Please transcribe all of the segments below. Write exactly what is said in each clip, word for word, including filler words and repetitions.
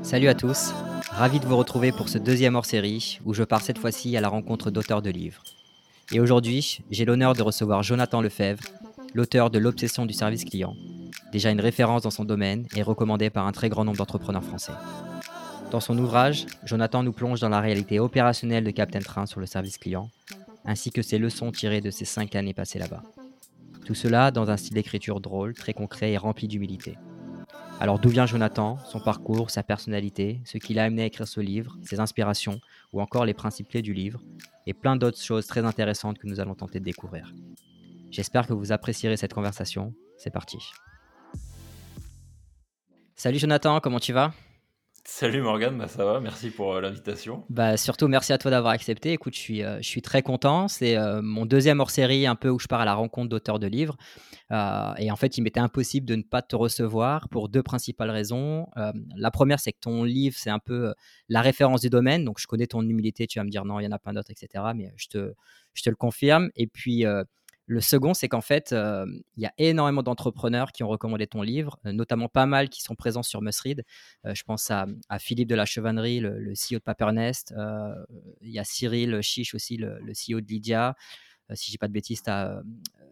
Salut à tous, ravi de vous retrouver pour ce deuxième hors-série où je pars cette fois-ci à la rencontre d'auteurs de livres. Et aujourd'hui, j'ai l'honneur de recevoir Jonathan Lefebvre, l'auteur de L'Obsession du service client, déjà une référence dans son domaine et recommandé par un très grand nombre d'entrepreneurs français. Dans son ouvrage, Jonathan nous plonge dans la réalité opérationnelle de Captain Train sur le service client, ainsi que ses leçons tirées de ses cinq années passées là-bas. Tout cela dans un style d'écriture drôle, très concret et rempli d'humilité. Alors d'où vient Jonathan, son parcours, sa personnalité, ce qui l'a amené à écrire ce livre, ses inspirations, ou encore les principes clés du livre, et plein d'autres choses très intéressantes que nous allons tenter de découvrir. J'espère que vous apprécierez cette conversation. C'est parti. Salut Jonathan, comment tu vas ? Salut Morgane, bah ça va, merci pour euh, l'invitation. Bah, surtout, merci à toi d'avoir accepté. Écoute, je suis, euh, je suis très content. C'est euh, mon deuxième hors-série, un peu où je pars à la rencontre d'auteurs de livres. Euh, et en fait, il m'était impossible de ne pas te recevoir pour deux principales raisons. Euh, la première, c'est que ton livre, c'est un peu euh, la référence du domaine. Donc, je connais ton humilité. Tu vas me dire non, il y en a plein d'autres, et cetera. Mais je te, je te le confirme. Et puis, euh, le second, c'est qu'en fait, euh, il y a énormément d'entrepreneurs qui ont recommandé ton livre, euh, notamment pas mal qui sont présents sur Must-Read. Euh, je pense à, à Philippe de la Chevannerie, le, le C E O de Papernest. Euh, Il y a Cyril Chiche aussi, le, le C E O de Lydia. Euh, si je dis pas de bêtises, tu as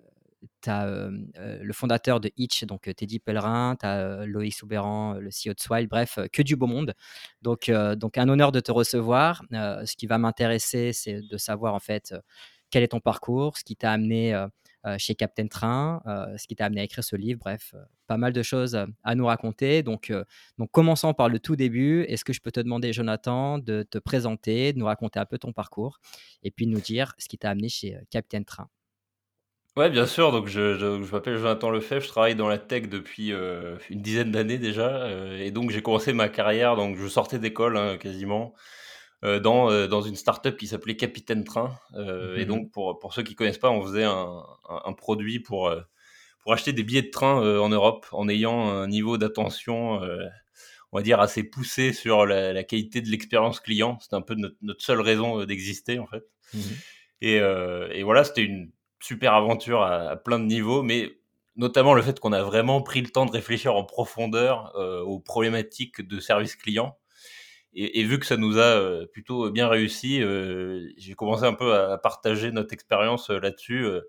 tu as euh, euh, le fondateur de Itch, donc euh, Teddy Pellerin, tu as euh, Loïc Soubéran, euh, le C E O de Swile, bref, euh, que du beau monde. Donc, euh, donc un honneur de te recevoir. Euh, ce qui va m'intéresser, c'est de savoir en fait euh, quel est ton parcours, ce qui t'a amené euh, euh, chez Captain Train, euh, ce qui t'a amené à écrire ce livre, bref, euh, pas mal de choses euh, à nous raconter. Donc, euh, donc commençons par le tout début. Est-ce que je peux te demander, Jonathan, de te présenter, de nous raconter un peu ton parcours et puis de nous dire ce qui t'a amené chez euh, Captain Train. Ouais, bien sûr, donc je, je, je m'appelle Jonathan Lefebvre, je travaille dans la tech depuis euh, une dizaine d'années déjà, euh, et donc j'ai commencé ma carrière, donc je sortais d'école hein, quasiment, euh, dans, euh, dans une startup qui s'appelait Capitaine Train, euh, et Mhm. donc pour, pour ceux qui connaissent pas, on faisait un, un, un produit pour, euh, pour acheter des billets de train euh, en Europe, en ayant un niveau d'attention, euh, on va dire, assez poussé sur la, la qualité de l'expérience client. C'était un peu notre, notre seule raison euh, d'exister en fait. Mhm. Et, euh, et voilà, c'était une super aventure à, à plein de niveaux, mais notamment le fait qu'on a vraiment pris le temps de réfléchir en profondeur euh, aux problématiques de service client. Et, et vu que ça nous a euh, plutôt bien réussi, euh, j'ai commencé un peu à, à partager notre expérience euh, là-dessus. Euh,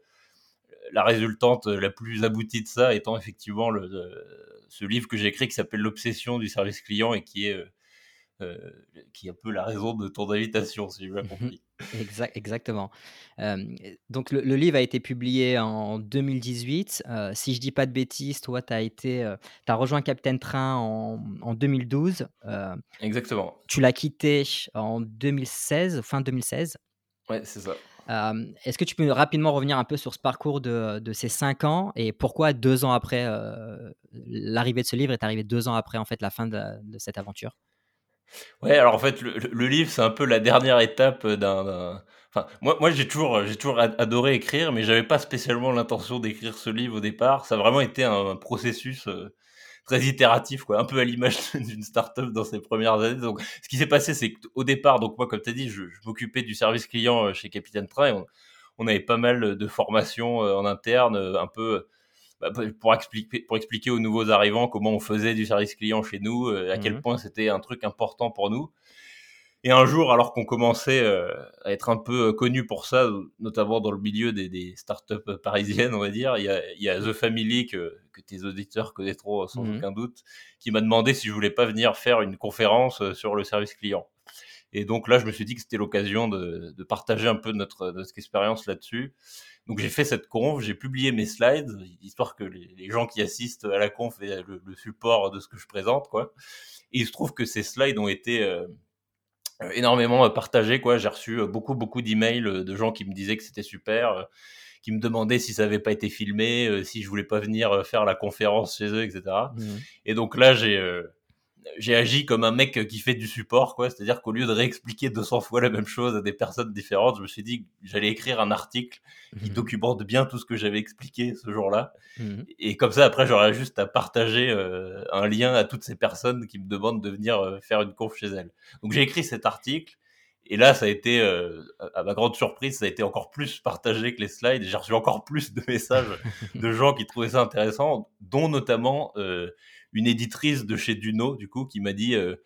la résultante euh, la plus aboutie de ça étant effectivement le, le- ce livre que j'ai écrit qui s'appelle L'Obsession du service client et qui est, euh, euh, qui est un peu la raison de ton invitation, si j'ai bien Mhm. compris. Exact, exactement. Euh, donc le, le livre a été publié en deux mille dix-huit. Euh, si je dis pas de bêtises, toi, tu as été, euh, t'as rejoint Captain Train en, en deux mille douze. Euh, Exactement. tu l'as quitté en deux mille seize, fin deux mille seize. Ouais, c'est ça. Euh, est-ce que tu peux rapidement revenir un peu sur ce parcours de, de ces cinq ans et pourquoi deux ans après euh, l'arrivée de ce livre est arrivé deux ans après en fait la fin de, de cette aventure? Ouais, alors en fait, le, le- le livre, c'est un peu la dernière étape d'un. d'un- Enfin, moi, moi j'ai toujours, j'ai toujours ad- adoré écrire, mais j'avais pas spécialement l'intention d'écrire ce livre au départ. Ça a vraiment été un, un processus euh, très itératif, quoi, un peu à l'image d'une start-up dans ses premières années. Donc, ce qui s'est passé, c'est qu'au départ, donc moi, comme tu as dit, je, je m'occupais du service client euh, chez Capitaine Train. Et on, on avait pas mal de formations euh, en interne, euh, un peu bah, pour expliquer pour expliquer aux nouveaux arrivants comment on faisait du service client chez nous, euh, à quel Mhm. point c'était un truc important pour nous. Et un jour, alors qu'on commençait euh, à être un peu connu pour ça, notamment dans le milieu des, des startups parisiennes, on va dire, il y a, il y a The Family que, que tes auditeurs connaîtront sans Mhm. aucun doute, qui m'a demandé si je voulais pas venir faire une conférence euh, sur le service client. Et donc là, je me suis dit que c'était l'occasion de, de partager un peu notre, notre expérience là-dessus. Donc j'ai fait cette conf, j'ai publié mes slides, histoire que les, les gens qui assistent à la conf aient le, le support de ce que je présente, quoi. Et il se trouve que ces slides ont été euh, énormément euh, partagés, quoi. J'ai reçu euh, beaucoup, beaucoup d'emails euh, de gens qui me disaient que c'était super, euh, qui me demandaient si ça avait pas été filmé, euh, si je voulais pas venir euh, faire la conférence chez eux, et cetera. Mhm. Et donc là, j'ai euh, j'ai agi comme un mec qui fait du support, quoi. C'est-à-dire qu'au lieu de réexpliquer deux cents fois la même chose à des personnes différentes, je me suis dit que j'allais écrire un article qui Mhm. documente bien tout ce que j'avais expliqué ce jour-là. Mhm. Et comme ça, après, j'aurais juste à partager euh, un lien à toutes ces personnes qui me demandent de venir euh, faire une conf chez elles. Donc j'ai écrit cet article. Et là, ça a été, euh, à ma grande surprise, ça a été encore plus partagé que les slides. J'ai reçu encore plus de messages de gens qui trouvaient ça intéressant, dont notamment euh, une éditrice de chez Duno, du coup, qui m'a dit euh,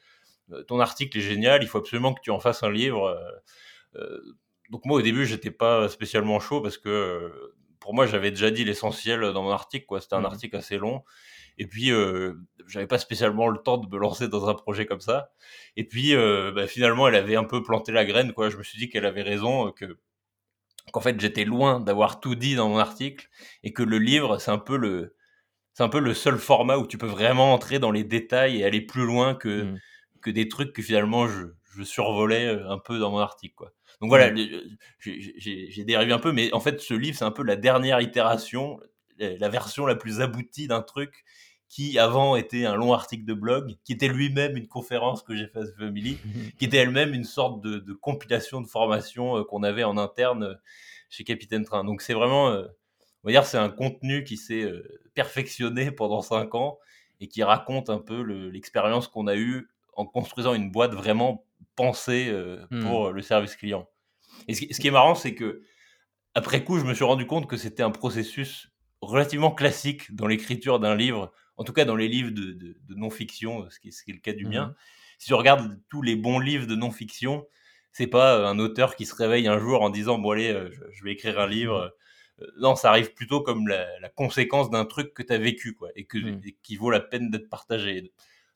euh, ton article est génial, il faut absolument que tu en fasses un livre. Euh, euh, donc moi au début j'étais pas spécialement chaud parce que euh, pour moi j'avais déjà dit l'essentiel dans mon article, quoi. C'était un Mmh. article assez long. Et puis, euh, j'avais pas spécialement le temps de me lancer dans un projet comme ça. Et puis, euh, bah, finalement, elle avait un peu planté la graine, quoi. Je me suis dit qu'elle avait raison, euh, que qu'en fait, j'étais loin d'avoir tout dit dans mon article, et que le livre, c'est un peu le, c'est un peu le seul format où tu peux vraiment entrer dans les détails et aller plus loin que Mmh. que des trucs que finalement je, je survolais euh, un peu dans mon article, quoi. Donc voilà, Mmh. le- j'ai j'ai- j'ai dérivé un peu, mais en fait, ce livre, c'est un peu la dernière itération, la la version la plus aboutie d'un truc qui avant était un long article de blog, qui était lui-même une conférence que j'ai faite à Family, qui était elle-même une sorte de, de compilation de formation euh, qu'on avait en interne euh, chez Capitaine Train. Donc c'est vraiment, euh, on va dire, c'est un contenu qui s'est euh, perfectionné pendant cinq ans et qui raconte un peu le- l'expérience qu'on a eue en construisant une boîte vraiment pensée euh, Mmh. pour le service client. Et ce qui, ce qui est marrant, c'est que après coup, je me suis rendu compte que c'était un processus relativement classique dans l'écriture d'un livre, en tout cas dans les livres de, de- de non-fiction, ce qui, est, ce qui est le cas du mien. Mmh. Si je regarde tous les bons livres de non-fiction, c'est pas euh, un auteur qui se réveille un jour en disant bon allez, euh, je, je vais écrire un livre. Euh, non, ça arrive plutôt comme la, la conséquence d'un truc que tu as vécu, quoi, et, que, Mmh. et qui vaut la peine d'être partagé.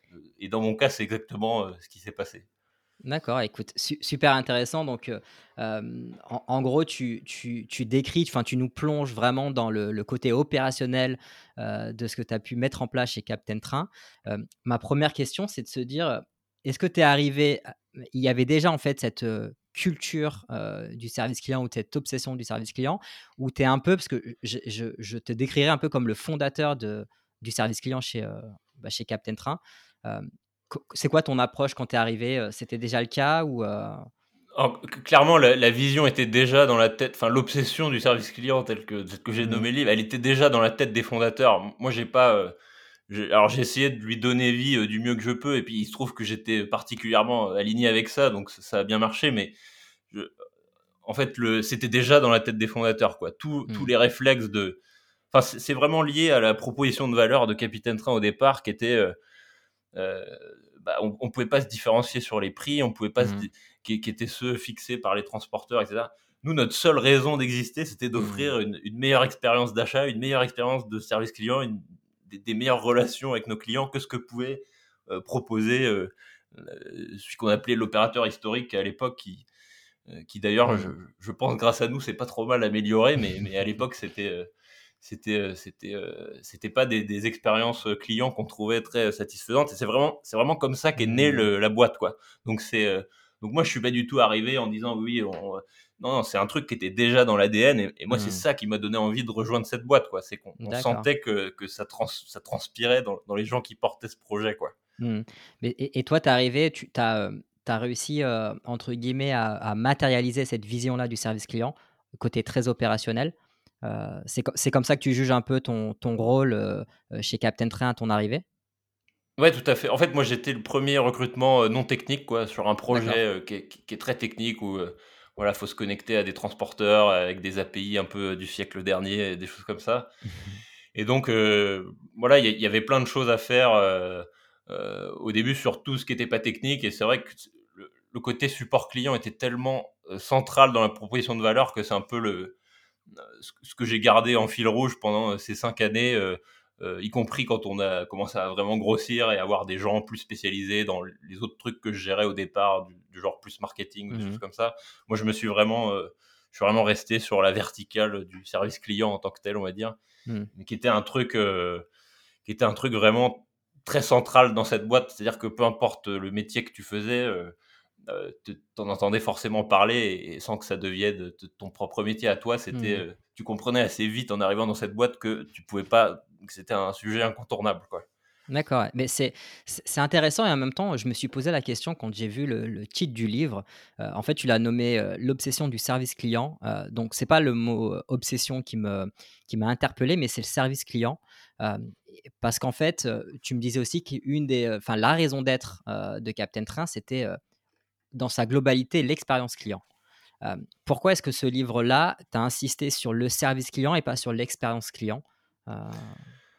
Et dans mon cas, c'est exactement euh, ce qui s'est passé. D'accord, écoute, su super intéressant. Donc, heu, hem, en en gros, tu tu tu décris, enfin, tu nous plonges vraiment dans le le côté opérationnel, heu, de ce que tu as pu mettre en place chez Captain Train. Hem, ma première question, c'est de se dire, heu, est-ce que tu es arrivé à il y avait déjà, en fait, cette, heu, culture, heu, du service client ou cette obsession du service client? Ou tu es un peu parce que je je je te décrirais un peu comme le fondateur de du service client chez, heu, bah, chez Captain Train. Hem Co C'est quoi ton approche quand tu es arrivé, heu, c'était déjà le cas ou heu? Alors, c clairement, la la vision était déjà dans la tête, enfin, l'obsession du service client tel que tel que j'ai Mmh. nommé le livre, elle était déjà dans la tête des fondateurs. M moi, j'ai pas, heu, j'ai alors j'ai essayé de lui donner vie, heu, du mieux que je peux, et puis il se trouve que j'étais particulièrement aligné avec ça, donc ça ça a bien marché, mais je en fait, le c'était déjà dans la tête des fondateurs, quoi. Tous tous Mmh. les réflexes de enfin, c'est c'est vraiment lié à la proposition de valeur de Capitaine Train au départ qui était, heu euh, bah, on, on pouvait pas se différencier sur les prix, on pouvait pas se Mmh. di- qui, qui étaient ceux fixés par les transporteurs, et cetera. Nous, notre seule raison d'exister, c'était Mmh. d'offrir une, une meilleure expérience d'achat, une meilleure expérience de service client, une- des, des meilleures relations avec nos clients que ce que pouvait euh, proposer euh, euh, ce qu'on appelait l'opérateur historique à l'époque, qui, euh, qui d'ailleurs, je, Mmh. je pense, grâce à nous, c'est pas trop mal amélioré, mais, mais à l'époque, c'était euh, c'était euh, c'était euh, c'était pas des, des expériences euh, clients qu'on trouvait très satisfaisantes, et c'est vraiment c'est vraiment comme ça qu'est née Mmh. le- la boîte, quoi. Donc c'est euh, donc moi je suis pas du tout arrivé en disant oui, on- non, non, c'est un truc qui était déjà dans l'A D N, et, et moi c'est Mmh. ça qui m'a donné envie de rejoindre cette boîte, quoi. C'est qu'on on D'accord. sentait que, que ça, trans, ça transpirait dans, dans les gens qui portaient ce projet, quoi. Mmh. Mais et et toi, tu es arrivé, tu tu as, hem, tu as réussi, heu, entre guillemets «à à matérialiser» cette vision-là du service client, côté très opérationnel. Heu, c'est co c'est comme ça que tu juges un peu ton ton rôle, heu heu, chez Captain Train à ton arrivée? Ouais, tout à fait. En fait, moi, j'étais le premier recrutement, heu, non technique, quoi, sur un D'accord. projet, heu, qui est qui qui est très technique où, heu, voilà, faut se connecter à des transporteurs avec des A P I un peu, heu, du siècle dernier, et des choses comme ça. Et donc, heu, voilà, il y a il y avait plein de choses à faire, heu heu, au début sur tout ce qui était pas technique, et c'est vrai que c le le côté support client était tellement, heu, central dans la proposition de valeur que c'est un peu le euh, ce ce que j'ai gardé en fil rouge pendant euh, ces cinq années, euh, euh, y compris quand on a commencé à vraiment grossir et avoir des gens plus spécialisés dans les autres trucs que je gérais au départ, du, du genre plus marketing ou des choses Mmh. comme ça. Moi, je me suis vraiment, euh, je suis vraiment resté sur la verticale du service client en tant que tel, on va dire, Mmh. mais qui était un truc, euh, qui était un truc vraiment très central dans cette boîte. C'est-à-dire que peu importe le métier que tu faisais, euh, euh, te- t'en entendais forcément parler, et, et sans que ça devienne de- de ton propre métier à toi. C'était, Mmh. euh, tu comprenais assez vite en arrivant dans cette boîte que tu pouvais pas, que c'était un sujet incontournable, quoi. D'accord, ouais. Mais c'est c'est c'est intéressant et en même temps, je me suis posé la question quand j'ai vu le le titre du livre. Heu, en fait, tu l'as nommé, heu, «L'obsession du service client». Heu, donc c'est pas le mot, heu, obsession qui me qui m'a interpellé, mais c'est le service client. Hem, et parce qu'en fait, heu, tu me disais aussi qu'une des, heu, enfin la raison d'être, heu, de Captain Train, c'était, heu, dans sa globalité, l'expérience client. Hem, pourquoi est-ce que ce livre-là, tu as insisté sur le service client et pas sur l'expérience client? Heu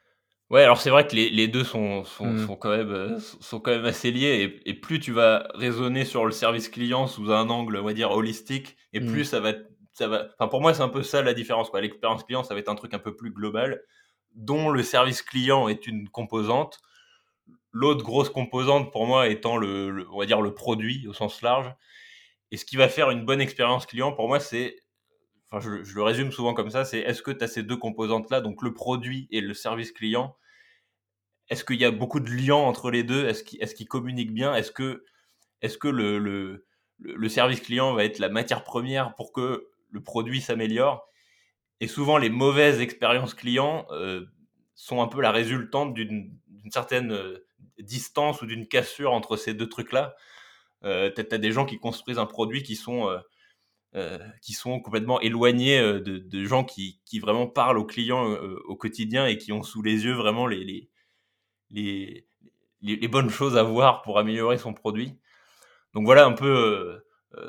Ouais, alors c'est vrai que les les deux sont sont Mmh. sont quand même, heu, sont sont quand même assez liés et et plus tu vas raisonner sur le service client sous un angle, on va dire holistique et plus Mmh. ça va être ça va enfin pour moi, c'est un peu ça la différence, quoi. L'expérience client, ça va être un truc un peu plus global, dont le service client est une composante. L'autre grosse composante pour moi étant le le on va dire le produit au sens large et ce qui va faire une bonne expérience client pour moi, c'est enfin je je le résume souvent comme ça, c'est est-ce que tu as ces deux composantes-là, donc le produit et le service client, est-ce qu'il y a beaucoup de liens entre les deux? Est-ce qu'ils est-ce qu'ils communiquent bien? Est-ce que est-ce que le le le le service client va être la matière première pour que le produit s'améliore? Et souvent les mauvaises expériences clients, heu, sont un peu la résultante d'une d'une certaine, heu, distance ou d'une cassure entre ces deux trucs-là. Heu, tu as tu as des gens qui construisent un produit qui sont, heu heu, qui sont complètement éloignés, heu, de de gens qui qui vraiment parlent aux clients, heu, au quotidien et qui ont sous les yeux vraiment les les les les les bonnes choses à voir pour améliorer son produit. Donc voilà un peu, heu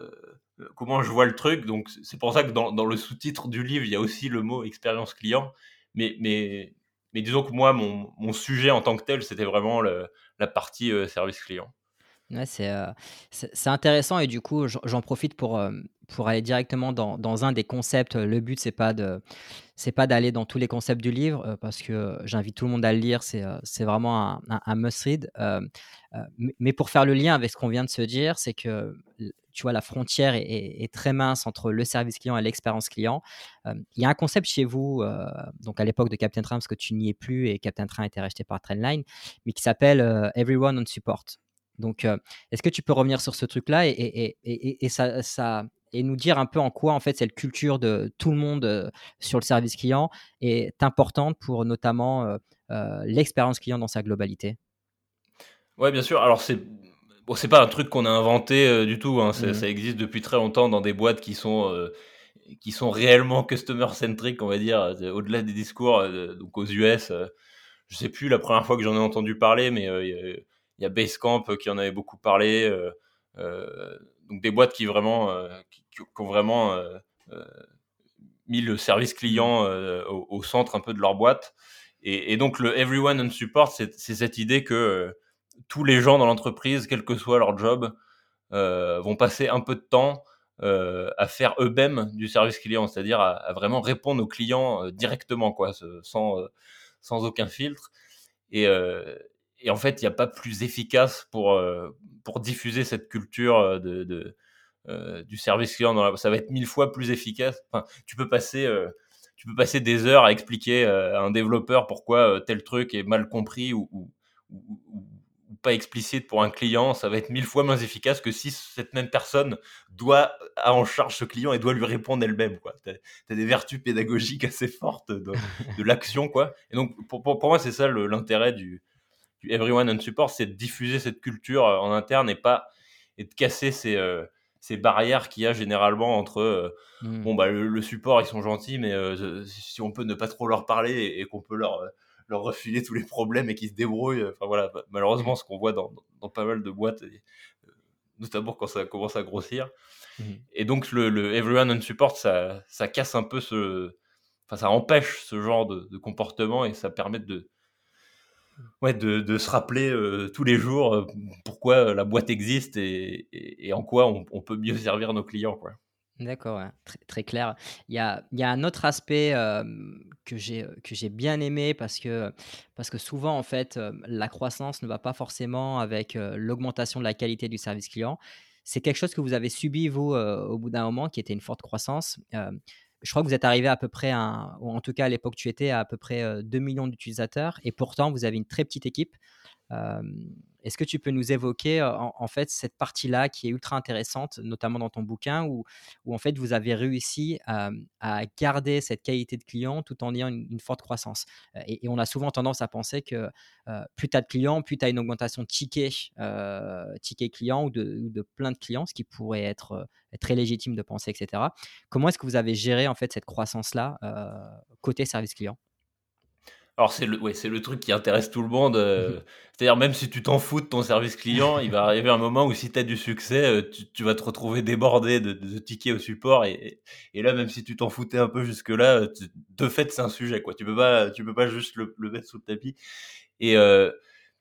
heu, comment je vois le truc. Donc c'est c'est pour ça que dans dans le sous-titre du livre, il y a aussi le mot expérience client. Mais mais mais disons que moi, mon mon sujet en tant que tel, c'était vraiment le la partie, heu, service client. Ouais, c'est, heu, c'est c'est intéressant et du coup, j'en j'en profite pour, hem, pour aller directement dans dans un des concepts. Le but, c'est pas de c'est pas d'aller dans tous les concepts du livre, heu, parce que, heu, j'invite tout le monde à le lire. C'est, heu, c'est vraiment un un un must read, hem, heu, mais mais pour faire le lien avec ce qu'on vient de se dire, c'est que, l tu vois, la frontière est est est très mince entre le service client et l'expérience client. Hem, il y a un concept chez vous, heu, donc à l'époque de Captain Train, parce que tu n'y es plus et Captain Train a été racheté par Trainline, mais qui s'appelle, heu, Everyone on Support. Donc, heu, est-ce que tu peux revenir sur ce truc-là et et et et et et ça ça et nous dire un peu en quoi, en fait, cette culture de tout le monde, heu, sur le service client est importante pour notamment, heu heu, l'expérience client dans sa globalité? Ouais, bien sûr. Alors c'est bon, c'est pas un truc qu'on a inventé, heu, du tout, hein. Ça Mmh. ça existe depuis très longtemps dans des boîtes qui sont, heu, qui sont réellement customer centric, on va dire, heu, au-delà des discours, heu, donc aux U S, heu, je sais plus la première fois que j'en ai entendu parler, mais, heu, il y a il y a Basecamp, heu, qui en avait beaucoup parlé, heu heu, donc des boîtes qui vraiment, heu, qui qui ont vraiment, heu heu, mis le service Mmh. client, heu, au au centre un peu de leur boîte et et donc le everyone on support, c'est c'est cette idée que, heu, tous les gens dans l'entreprise, quel que soit leur job, heu, vont passer un peu de temps, heu, à faire eux-mêmes du service client. C'est-à-dire à à vraiment répondre aux clients, heu, directement quoi, ce sans, heu, sans aucun filtre et heu et en fait, il y a pas plus efficace pour, heu, pour diffuser cette culture, heu, de de, heu, du service client dans la ça va être mille fois plus efficace. Enfin, tu peux passer, heu, tu peux passer des heures à expliquer, heu, à un développeur pourquoi, heu, tel truc est mal compris ou ou ou ou ou pas explicite pour un client. Ça va être mille fois moins efficace que si cette même personne doit a en charge ce client et doit lui répondre elle-même, quoi. Tu as des vertus pédagogiques assez fortes de de l'action, quoi et donc pour pour pour moi, c'est ça le l'intérêt du du everyone on support, c'est de diffuser cette culture, heu, en interne et pas et de casser ces, heu, ces barrières qu'il y a généralement entre, heu, Mmh. bon, bah, le le support, ils sont gentils, mais heu, ze si on peut ne pas trop leur parler et et qu'on peut leur, heu, leur refiler tous les problèmes et qu'ils se débrouillent, heu, enfin voilà, ma malheureusement, ce qu'on voit dans dans dans pas mal de boîtes et heu, notamment quand ça commence à grossir Mmh. et donc le le everyone on support, ça ça casse un peu ce enfin, ça empêche ce genre de de comportement et ça permet de ouais, de de se rappeler, heu, tous les jours, heu, pourquoi, heu, la boîte existe et et et en quoi on on peut mieux servir nos clients, quoi. D'accord, ouais, très très clair. Il y a il y a un autre aspect, hem, que j'ai, heu, que j'ai bien aimé parce que parce que souvent, en fait, hem, la croissance ne va pas forcément avec, heu, l'augmentation de la qualité du service client. C'est quelque chose que vous avez subi, vous, heu, au bout d'un moment, qui était une forte croissance. Hem, je crois que vous êtes arrivé à peu près à un ou en tout cas à l'époque où tu étais à à peu près, heu, deux millions d'utilisateurs et pourtant vous avez une très petite équipe. Hem, est-ce que tu peux nous évoquer, heu, en en fait, cette partie-là qui est ultra intéressante, notamment dans ton bouquin où où en fait vous avez réussi à, mmh, à garder cette qualité de client tout en ayant une une forte croissance? Heu et et on a souvent tendance à penser que, heu, plus tu as de clients, plus tu as une augmentation de tickets, heu, tickets clients ou de ou de plein de clients, ce qui pourrait être, heu, très légitime de penser et cetera. Comment est-ce que vous avez géré en fait cette croissance-là, heu, côté service client? Alors c'est le ouais, c'est le truc qui intéresse tout le monde, Mmh. heu, c'est-à-dire même si tu t'en fous de ton service client, il va arriver un moment où si tu as du succès, heu, tu tu vas te retrouver débordé de de tickets au support et et là, même si tu t'en foutais un peu jusque-là, heu, tu de fait, c'est un sujet, quoi. Tu peux pas tu peux pas juste le le mettre sous le tapis et heu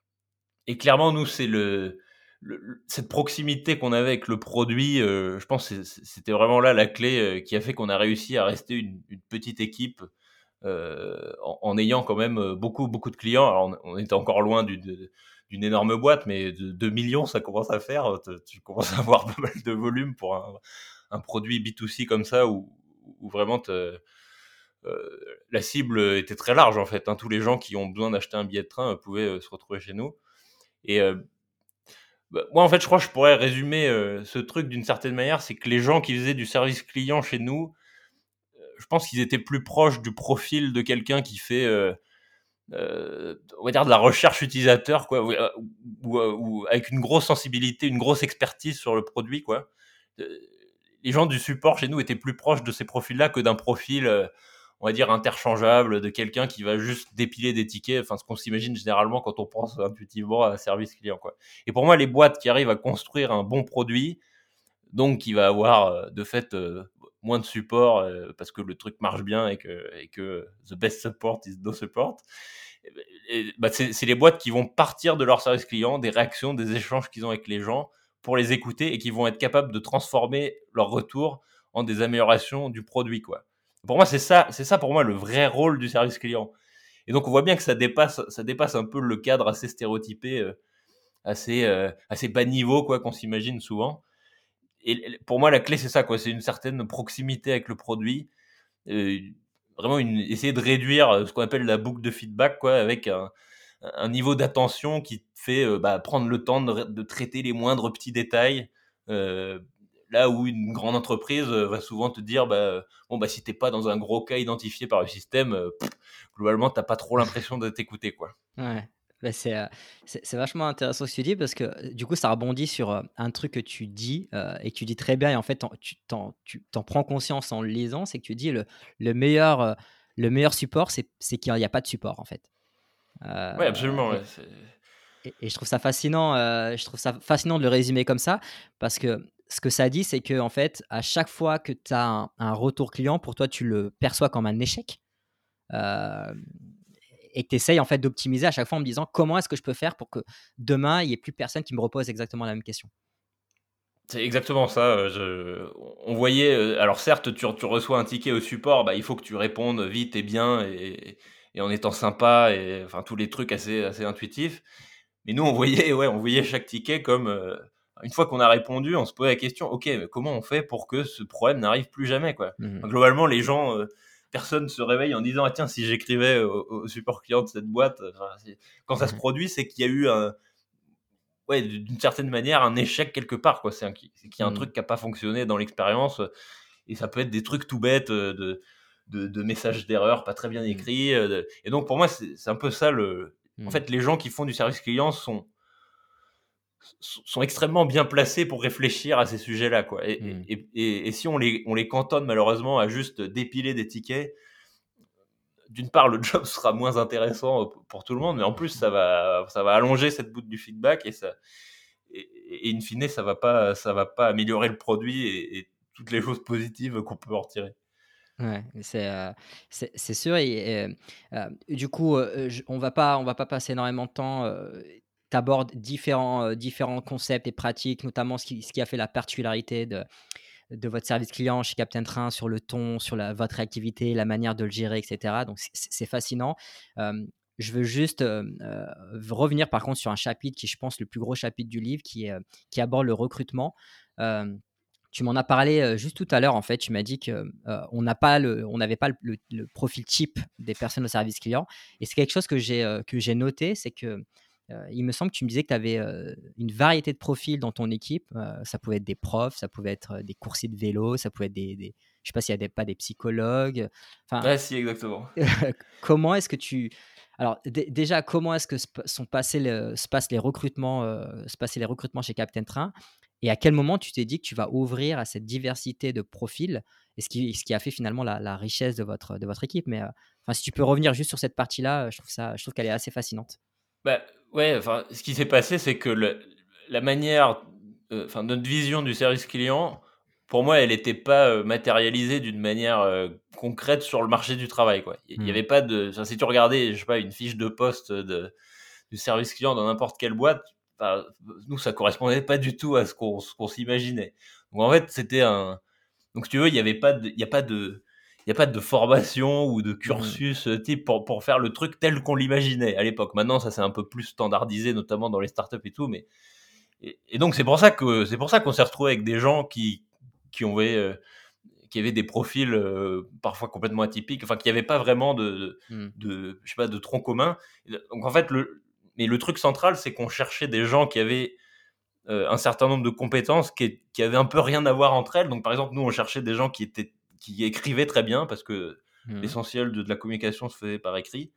et clairement, nous, c'est le le le cette proximité qu'on avait avec le produit, heu, je pense que c'est c'était vraiment là la clé, heu, qui a fait qu'on a réussi à rester une une petite équipe, heu, en en ayant quand même, heu, beaucoup, beaucoup de clients. Alors on on était encore loin d'une de d'une énorme boîte, mais de deux millions ça commence à faire, heu, te tu commences à avoir pas mal de volume pour un un produit B to C comme ça où où vraiment te heu, la cible, était très large en fait, hein. Tous les gens qui ont besoin d'acheter un billet de train, heu, pouvaient, heu, se retrouver chez nous et heu, bah, moi en fait je crois que je pourrais résumer, heu, ce truc d'une certaine manière, c'est que les gens qui faisaient du service client chez nous, je pense qu'ils étaient plus proches du profil de quelqu'un qui fait, heu heu, on va dire de la recherche utilisateur quoi, ou, heu, ou, heu, ou avec une grosse sensibilité, une grosse expertise sur le produit quoi. Heu, les gens du support chez nous étaient plus proches de ces profils-là que d'un profil, heu, on va dire interchangeable, de quelqu'un qui va juste dépiler des tickets, enfin ce qu'on s'imagine généralement quand on pense intuitivement à un service client quoi. Et pour moi, les boîtes qui arrivent à construire un bon produit, donc qui va avoir, heu, de fait, heu, moins de support, heu, parce que le truc marche bien et que et que the best support is no support. Et beh et bah, c'est c'est les boîtes qui vont partir de leur service client, des réactions, des échanges qu'ils ont avec les gens pour les écouter et qui vont être capables de transformer leur retour en des améliorations du produit, quoi. Pour moi, c'est ça c'est ça pour moi le vrai rôle du service client et donc on voit bien que ça dépasse ça dépasse un peu le cadre assez stéréotypé, heu, assez, heu, assez bas niveau quoi qu'on s'imagine souvent et l pour moi la clé c'est ça quoi, c'est une certaine proximité avec le produit, heu, vraiment une essayer de réduire, heu, ce qu'on appelle la boucle de feedback quoi, avec un un niveau d'attention qui te fait, heu, bah, prendre le temps de ré de traiter les moindres petits détails, heu, là où une grande entreprise, heu, va souvent te dire, bah, bon, bah, si tu es pas dans un gros cas identifié par le système, heu, globalement tu as pas trop l'impression d'être écouté, quoi. Ouais, bah, c'est, heu, c'est c'est vachement intéressant ce que tu dis parce que, heu, du coup, ça rebondit sur, heu, un truc que tu dis, heu, et que tu dis très bien et en fait, tu tu t'en tu t'en prends conscience en le lisant, c'est que tu dis le le meilleur, heu, le meilleur support, c'est c'est qu'il y a pas de support, en fait. Heu Ouais, absolument, et ouais, c'est et et je trouve ça fascinant, heu, je trouve ça fascinant de le résumer comme ça parce que ce que ça dit, c'est que en fait, à chaque fois que tu as un un retour client, pour toi, tu le perçois comme un échec. Hem et que tu essayes en fait d'optimiser à chaque fois en me disant: «Comment est-ce que je peux faire pour que demain, il y ait plus personne qui me repose exactement la même question?» c'est exactement ça, heu, je on voyait, heu, alors certes, tu tu reçois un ticket au support, bah, il faut que tu répondes vite et bien et et en étant sympa et enfin tous les trucs assez assez intuitifs. Mais nous, on voyait ouais, on voyait chaque ticket comme, heu, une fois qu'on a répondu, on se posait la question: «OK, mais comment on fait pour que ce problème n'arrive plus jamais, quoi?» Mmh. Enfin, globalement, les gens, heu, personne se réveille en disant: «Ah tiens, si j'écrivais au au support client de cette boîte», enfin, c'est quand ça se produit, c'est qu'il y a eu un ouais, d'u d'une certaine manière, un échec quelque part, quoi. C'est un qui c'est qu'il y a un Mmh. truc qui a pas fonctionné dans l'expérience, heu et ça peut être des trucs tout bêtes, heu, de de de messages d'erreur pas très bien Mmh. écrits, heu, de et donc pour moi, c'est c'est un peu ça le en Mmh. fait, les gens qui font du service client sont sont sont extrêmement bien placés pour réfléchir à ces sujets-là, quoi et Mmh. et et et et si on les on les cantonne malheureusement à juste dépiler des tickets, d'une part, le job sera moins intéressant, heu, pour tout le monde, mais en plus ça va ça va allonger cette boucle du feedback et ça et et in fine, ça va pas ça va pas améliorer le produit et et toutes les choses positives qu'on peut en retirer. Ouais, c'est, heu, c'est c'est sûr et hem, heu, du coup, heu, je on va pas on va pas passer énormément de temps, heu, tu abordes différents, heu, différents concepts et pratiques, notamment ce qui ce qui a fait la particularité de de votre service client chez Captain Train sur le ton, sur la votre réactivité, la manière de le gérer et cetera. Donc c'est c'est c'est fascinant. Hem, je veux juste, hem, heu, revenir par contre sur un chapitre qui est, je pense, le plus gros chapitre du livre qui est, heu, qui aborde le recrutement. Hem, Tu m'en as parlé, heu, juste tout à l'heure en fait. Tu m'as dit que, heu, on n'a pas le on n'avait pas le le le profil type des personnes au service client et c'est quelque chose que j'ai, heu, que j'ai noté, c'est que, heu, il me semble que tu me disais que tu avais, une variété de profils dans ton équipe. Heu, ça pouvait être des profs, ça pouvait être, heu, des coursiers de vélo, ça pouvait être des des je sais pas s'il y a des pas des psychologues, enfin, Ouais, si, exactement. comment est-ce que tu alors dé déjà, comment est-ce que se p sont passés le se passent les recrutements, heu, se passaient les recrutements chez Captain Train? et à quel moment tu t'es dit que tu vas ouvrir à cette diversité de profils et ce qui ce qui a fait finalement la la richesse de votre de votre équipe? Mais, heu, enfin, si tu peux revenir juste sur cette partie-là, heu, je trouve ça je trouve qu'elle est assez fascinante. Bah, ouais, enfin, ce qui s'est passé, c'est que le la manière, heu, enfin, notre vision du service client, pour moi, elle était pas, heu, matérialisée d'une manière, heu, concrète sur le marché du travail, quoi. Il y Mmh. avait pas de enfin, si tu regardais, je sais pas, une fiche de poste de du service client dans n'importe quelle boîte, enfin, nous, ça correspondait pas du tout à ce qu'on ce qu'on s'imaginait. Donc en fait, c'était un donc si tu veux, il y avait pas de il y a pas de il y a pas de formation ou de Mmh. cursus, heu, type pour pour faire le truc tel qu'on l'imaginait à l'époque. Maintenant, ça c'est un peu plus standardisé, notamment dans les startups et tout, mais et et donc c'est pour ça que c'est pour ça qu'on s'est retrouvé avec des gens qui qui ont heu, qui avaient des profils, heu, parfois complètement atypiques, enfin qui avaient pas vraiment de Mmh. de je sais pas, de tronc commun. Donc en fait, le mais le truc central, c'est qu'on cherchait des gens qui avaient heu, un certain nombre de compétences qui qui avaient un peu rien à voir entre elles. Donc par exemple, nous, on cherchait des gens qui étaient qui écrivaient très bien parce que Mmh. l'essentiel de de la communication se faisait par écrit.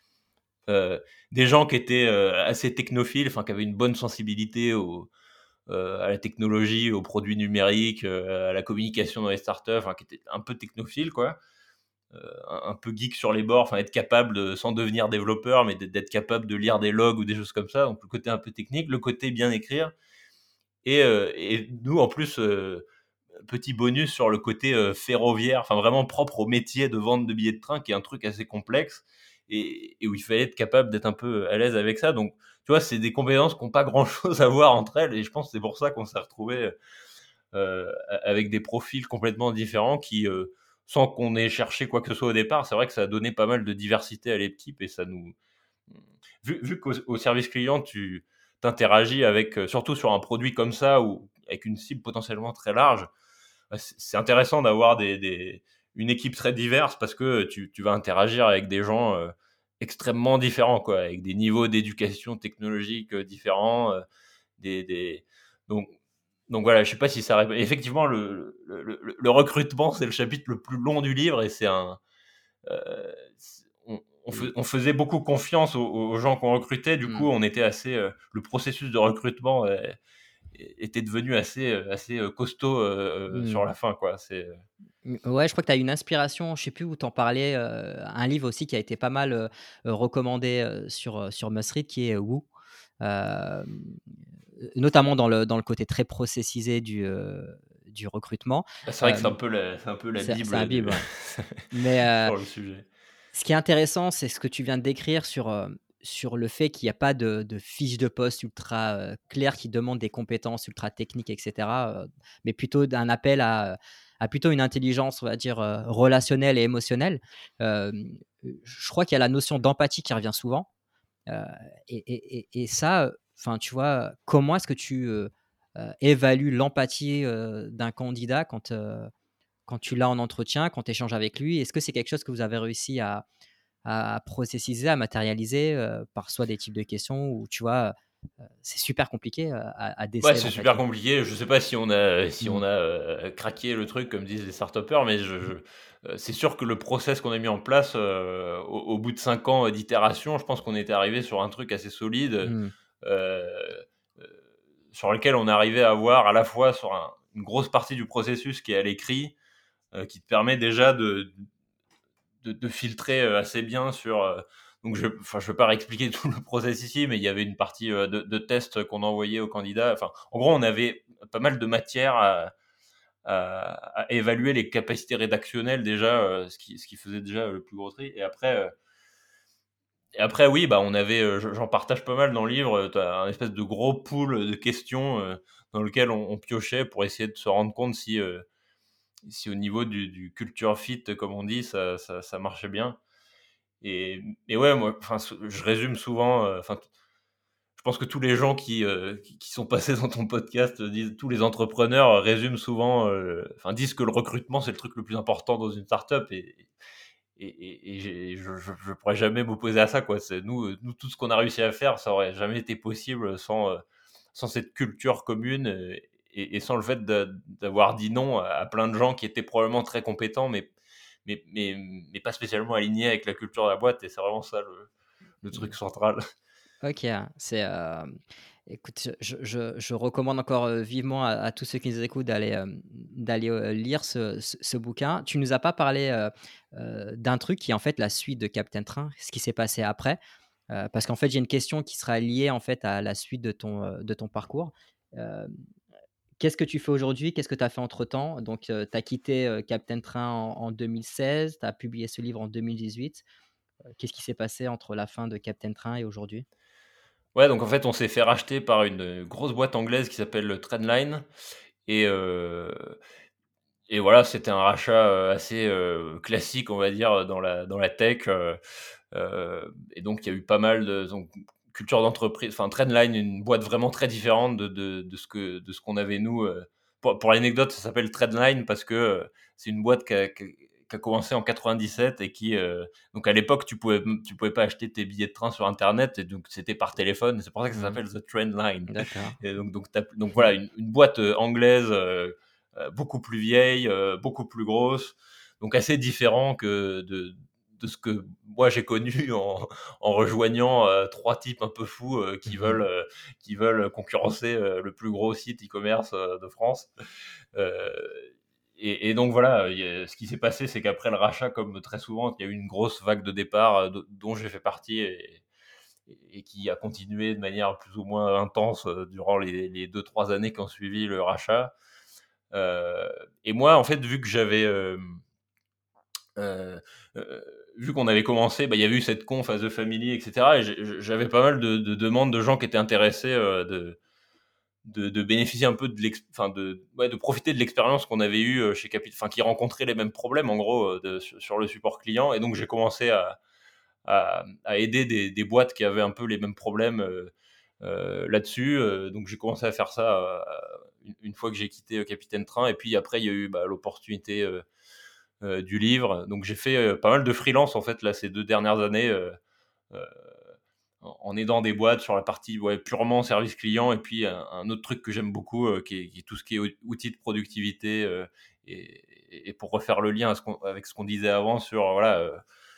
Heu, des gens qui étaient, heu, assez technophiles, enfin qui avaient une bonne sensibilité au, heu, à la technologie, aux produits numériques, heu, à la communication dans les startups, enfin qui étaient un peu technophiles quoi. Heu, un un peu geek sur les bords, enfin être capable de sans devenir développeur, mais d'être d'être capable de lire des logs ou des choses comme ça. Donc le côté un peu technique, le côté bien écrire et heu et nous en plus, heu, petit bonus sur le côté, heu, ferroviaire, enfin vraiment propre au métier de vente de billets de train qui est un truc assez complexe et et où il fallait être capable d'être un peu à l'aise avec ça. Donc tu vois, c'est des compétences qui ont pas grand chose à voir entre elles et je pense que c'est pour ça qu'on s'est retrouvés, heu, avec des profils complètement différents qui, heu, sans qu'on ait cherché quoi que ce soit au départ, c'est vrai que ça a donné pas mal de diversité à l'équipe et ça nous vu vu qu'au au service client, tu interagis avec, heu, surtout sur un produit comme ça ou avec une cible potentiellement très large, bah, c'est c'est intéressant d'avoir des des une équipe très diverse parce que tu tu vas interagir avec des gens, heu, extrêmement différents, quoi, avec des niveaux d'éducation technologique, heu, différents, heu, des des donc donc voilà, je sais pas si ça répond effectivement le le le le recrutement, c'est le chapitre le plus long du livre et c'est un, heu, c on on fai on faisait beaucoup confiance aux aux gens qu'on recrutait, du coup, Mmh. on était assez, heu le processus de recrutement, heu, était devenu assez, heu, assez, heu, costaud, heu heu, sur Mmh. la fin, quoi. C'est, heu Mmh, ouais, je crois que tu as une inspiration, je sais plus où tu en parlais, heu, un livre aussi qui a été pas mal, heu heu, recommandé, heu, sur, heu, sur Must Read qui est, heu, Woo. Hem, notamment dans le dans le côté très processisé du, heu, du recrutement. bah, c'est vrai que c'est un Hem, peu la c'est un peu la c'est c'est un bible bible, du ouais. Mais, heu, sur le sujet. ce qui est intéressant, c'est ce que tu viens de décrire sur, hem, sur le fait qu'il y a pas de de fiche de poste ultra, heu, claire qui demande des compétences ultra techniques et cetera, heu, mais plutôt d'un appel à, à plutôt une intelligence, on va dire, heu, relationnelle et émotionnelle. Hem, je crois qu'il y a la notion d'empathie qui revient souvent, heu et et et et ça, enfin, tu vois, comment est-ce que tu, heu heu, évalues l'empathie, heu, d'un candidat quand, heu, quand tu l'as en entretien, quand tu échanges avec lui? Est-ce que c'est quelque chose que vous avez réussi à à processiser, à matérialiser, heu, par soit des types de questions ou tu vois, heu, c'est super compliqué, heu, à à Ouais, déceler c'est super l'empathie. compliqué. Je sais pas si on a si on Mmh. a, heu, craqué le truc comme disent les start-upers, mais je je heu, c'est sûr que le process qu'on a mis en place, heu, au au bout de cinq ans, d'itération, je pense qu'on était arrivé sur un truc assez solide, heu Mmh. heu, sur lequel on arrivait à avoir à la fois sur un une grosse partie du processus qui est à l'écrit, heu, qui te permet déjà de de de filtrer, heu, assez bien sur, heu donc je enfin, je vais pas réexpliquer tout le process ici, mais il y avait une partie, heu, de de tests qu'on envoyait aux candidats. Enfin, en gros, on avait pas mal de matière à à à évaluer les capacités rédactionnelles déjà, heu, ce qui ce qui faisait déjà le plus gros tri et après, heu et après oui, bah, on avait, heu, j'en partage pas mal dans le livre, heu, tu as un espèce de gros pool de questions, heu, dans lequel on on piochait pour essayer de se rendre compte si, heu, si au niveau du du culture fit, comme on dit, ça ça ça marchait bien. Et et ouais, moi, enfin, sou je résume souvent, heu, enfin, je pense que tous les gens qui, heu, qui qui sont passés dans ton podcast disent tous les entrepreneurs euh, résument souvent, heu, enfin, disent que le recrutement, c'est le truc le plus important dans une start-up et et et et j'ai je je je pourrais jamais m'opposer à ça, quoi. C'est nous, heu, nous, tout ce qu'on a réussi à faire, ça aurait jamais été possible sans, heu, sans cette culture commune, heu et et sans le fait de d'avoir dit non à à plein de gens qui étaient probablement très compétents, mais mais mais mais pas spécialement alignés avec la culture de la boîte et c'est vraiment ça le le Mmh. truc central. OK, c'est, hem Écoute, je je je recommande encore, heu, vivement à à tous ceux qui nous écoutent d'aller, hem, d'aller, heu, lire ce ce ce bouquin. Tu nous as pas parlé, heu heu, d'un truc qui est en fait la suite de Captain Train, ce qui s'est passé après. Heu, parce qu'en fait, j'ai une question qui sera liée en fait à la suite de ton, heu, de ton parcours. Hem, Qu'est-ce que tu fais aujourd'hui? Qu'est-ce que tu as fait entre-temps? Donc, heu, tu as quitté, heu, Captain Train en en deux mille seize, tu as publié ce livre en deux mille dix-huit. Heu, qu'est-ce qui s'est passé entre la fin de Captain Train et aujourd'hui? Ouais, donc en fait, on s'est fait racheter par une, heu, grosse boîte anglaise qui s'appelle Trendline et heu et voilà, c'était un rachat, heu, assez, heu, classique, on va dire, dans la dans la tech, heu heu et donc il y a eu pas mal de donc culture d'entreprise, enfin Trendline, une boîte vraiment très différente de de de ce que de ce qu'on avait nous, heu. Pour pour l'anecdote, ça s'appelle Trendline parce que, heu, c'est une boîte qui a qui a qui a commencé en quatre-vingt-dix-sept et qui, heu donc à l'époque, tu pouvais m tu pouvais pas acheter tes billets de train sur internet et donc c'était par téléphone. C'est pour ça que ça Mmh. s'appelle The Trendline D'accord. et donc donc tu donc voilà, une une boîte, heu, anglaise, heu heu, beaucoup plus vieille, heu, beaucoup plus grosse, donc assez différent que de de ce que moi j'ai connu en en rejoignant, heu, trois types un peu fous, heu, qui Mmh. veulent, heu, qui veulent concurrencer, heu, le plus gros site e-commerce, heu, de France. Heu et et donc voilà, il y a ce qui s'est passé, c'est qu'après le rachat, comme très souvent, il y a eu une grosse vague de départ, heu, do dont j'ai fait partie et et qui a continué de manière plus ou moins intense, heu, durant les les deux trois années qui ont suivi le rachat. Heu et moi, en fait, vu que j'avais, hem, heu heu, vu qu'on avait commencé, bah, il y avait eu cette conf à The Family et cetera et j'ai j'avais pas mal de de demandes de gens qui étaient intéressés, heu, de de de bénéficier un peu de l'ex enfin de ouais, de profiter de l'expérience qu'on avait eue, heu, chez Capi enfin qui rencontraient les mêmes problèmes en gros, heu, de sur sur le support client et donc j'ai commencé à à à aider des des boîtes qui avaient un peu les mêmes problèmes, heu heu, là-dessus, heu, donc j'ai commencé à faire ça, heu, une une fois que j'ai quitté, heu, Capitaine Train et puis après il y a eu, bah, l'opportunité, heu heu, du livre. Donc j'ai fait, heu, pas mal de freelance en fait là ces deux dernières années, heu heu, en en aidant des boîtes sur la partie, ouais, purement service client et puis un un autre truc que j'aime beaucoup, heu, qui est qui est tout ce qui est ou outils de productivité, heu et et pour refaire le lien à ce qu'on avec ce qu'on disait avant sur, voilà, heu,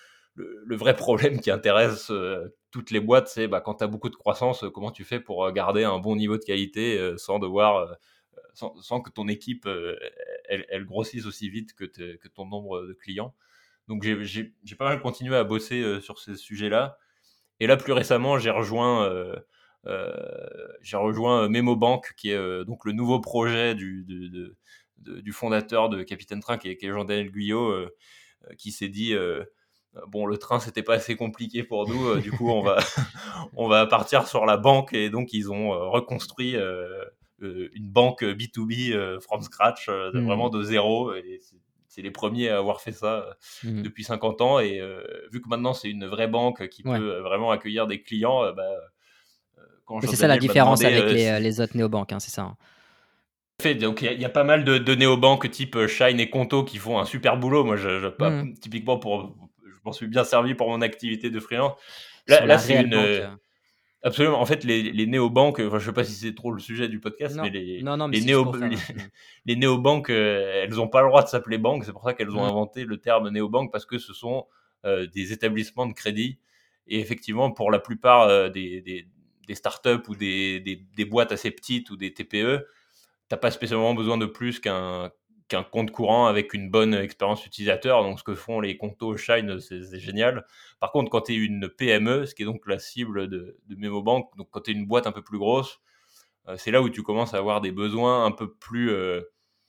le le vrai problème qui intéresse, heu, toutes les boîtes, c'est, bah, quand tu as beaucoup de croissance, heu, comment tu fais pour, heu, garder un bon niveau de qualité, heu, sans devoir, heu, sans sans que ton équipe, heu, elle elle grossisse aussi vite que tes que ton nombre de clients. Donc j'ai j'ai j'ai pas mal continué à bosser, heu, sur ces sujets-là et là, plus récemment, j'ai rejoint, heu heu, j'ai rejoint, heu, Memobank qui est, heu, donc le nouveau projet du de de de du fondateur de Capitaine Train qui est qui est Jean-Daniel Guyot, heu heu, qui s'est dit, heu: «Bon, le train, c'était pas assez compliqué pour nous, heu, du coup, on va on va partir sur la banque» et donc ils ont, heu, reconstruit, heu heu, une banque, B to B, heu, from scratch, heu, de vraiment Mmh. de zéro et c'est c'est les premiers à avoir fait ça, heu, Mmh. depuis cinquante ans et heu, vu que maintenant c'est une vraie banque qui Ouais. peut, heu, vraiment accueillir des clients, heu, bah, heu, quand Oui, c'est ça la Jean-Daniel m'a différence demandé, avec heu, les, heu, si les autres néobanques, hein, c'est ça, hein? fait, donc il y a il y a pas mal de de néobanques type, heu, Shine et Conto qui font un super boulot. Moi, je je pas Mmh. typiquement pour je m'en suis bien servi pour mon activité de freelance. Là Sur là, la c'est réelle une, banque, heu heu absolument. En fait, les les néobanques, enfin, je sais pas si c'est trop le sujet du podcast, mais non, les non, non, mais les c'est juste néo pour faire, les heu, mmh. les néobanques, heu, elles ont pas le droit de s'appeler banques. C'est pour ça qu'elles ont Mmh. inventé le terme néobanque parce que ce sont, heu, des établissements de crédit et effectivement, pour la plupart, heu, des des des startups ou des des des boîtes assez petites ou des T P E, t'as pas spécialement besoin de plus qu'un qu'un compte courant avec une bonne expérience utilisateur. Donc, ce que font les comptos Shine, c'est c'est génial. Par contre, quand tu es une P M E, ce qui est donc la cible de, de Memobank, donc quand tu es une boîte un peu plus grosse, euh, c'est là où tu commences à avoir des besoins un peu plus, euh,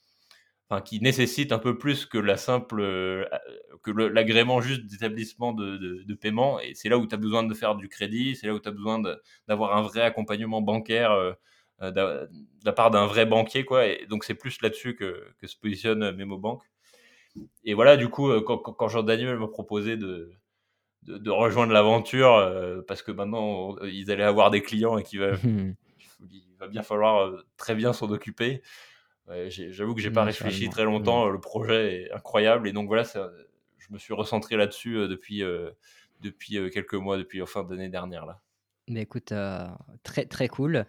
enfin, qui nécessitent un peu plus que la simple, euh, que le- l'agrément juste d'établissement de, de, de paiement. Et c'est là où tu as besoin de faire du crédit, c'est là où tu as besoin de- d'avoir un vrai accompagnement bancaire. Euh, euh, d'a- de la part d'un vrai banquier, quoi. Et donc, c'est plus là-dessus que, que se positionne euh, Memobank. Et voilà, du coup, euh, quand, quand, quand Jean-Daniel m'a proposé de, de, de rejoindre l'aventure, euh, parce que maintenant, on- ils allaient avoir des clients et qu'il va, Mmh. il va bien falloir euh, très bien s'en occuper. Ouais, j'ai- j'avoue que j'ai pas réfléchi Naturellement. très Mmh. longtemps. euh, Le projet est incroyable. Et donc, voilà, ça, je me suis recentré là-dessus euh, depuis, euh, depuis euh, quelques mois, depuis la fin d'année dernière, là. Mais écoute, heu, très, très cool.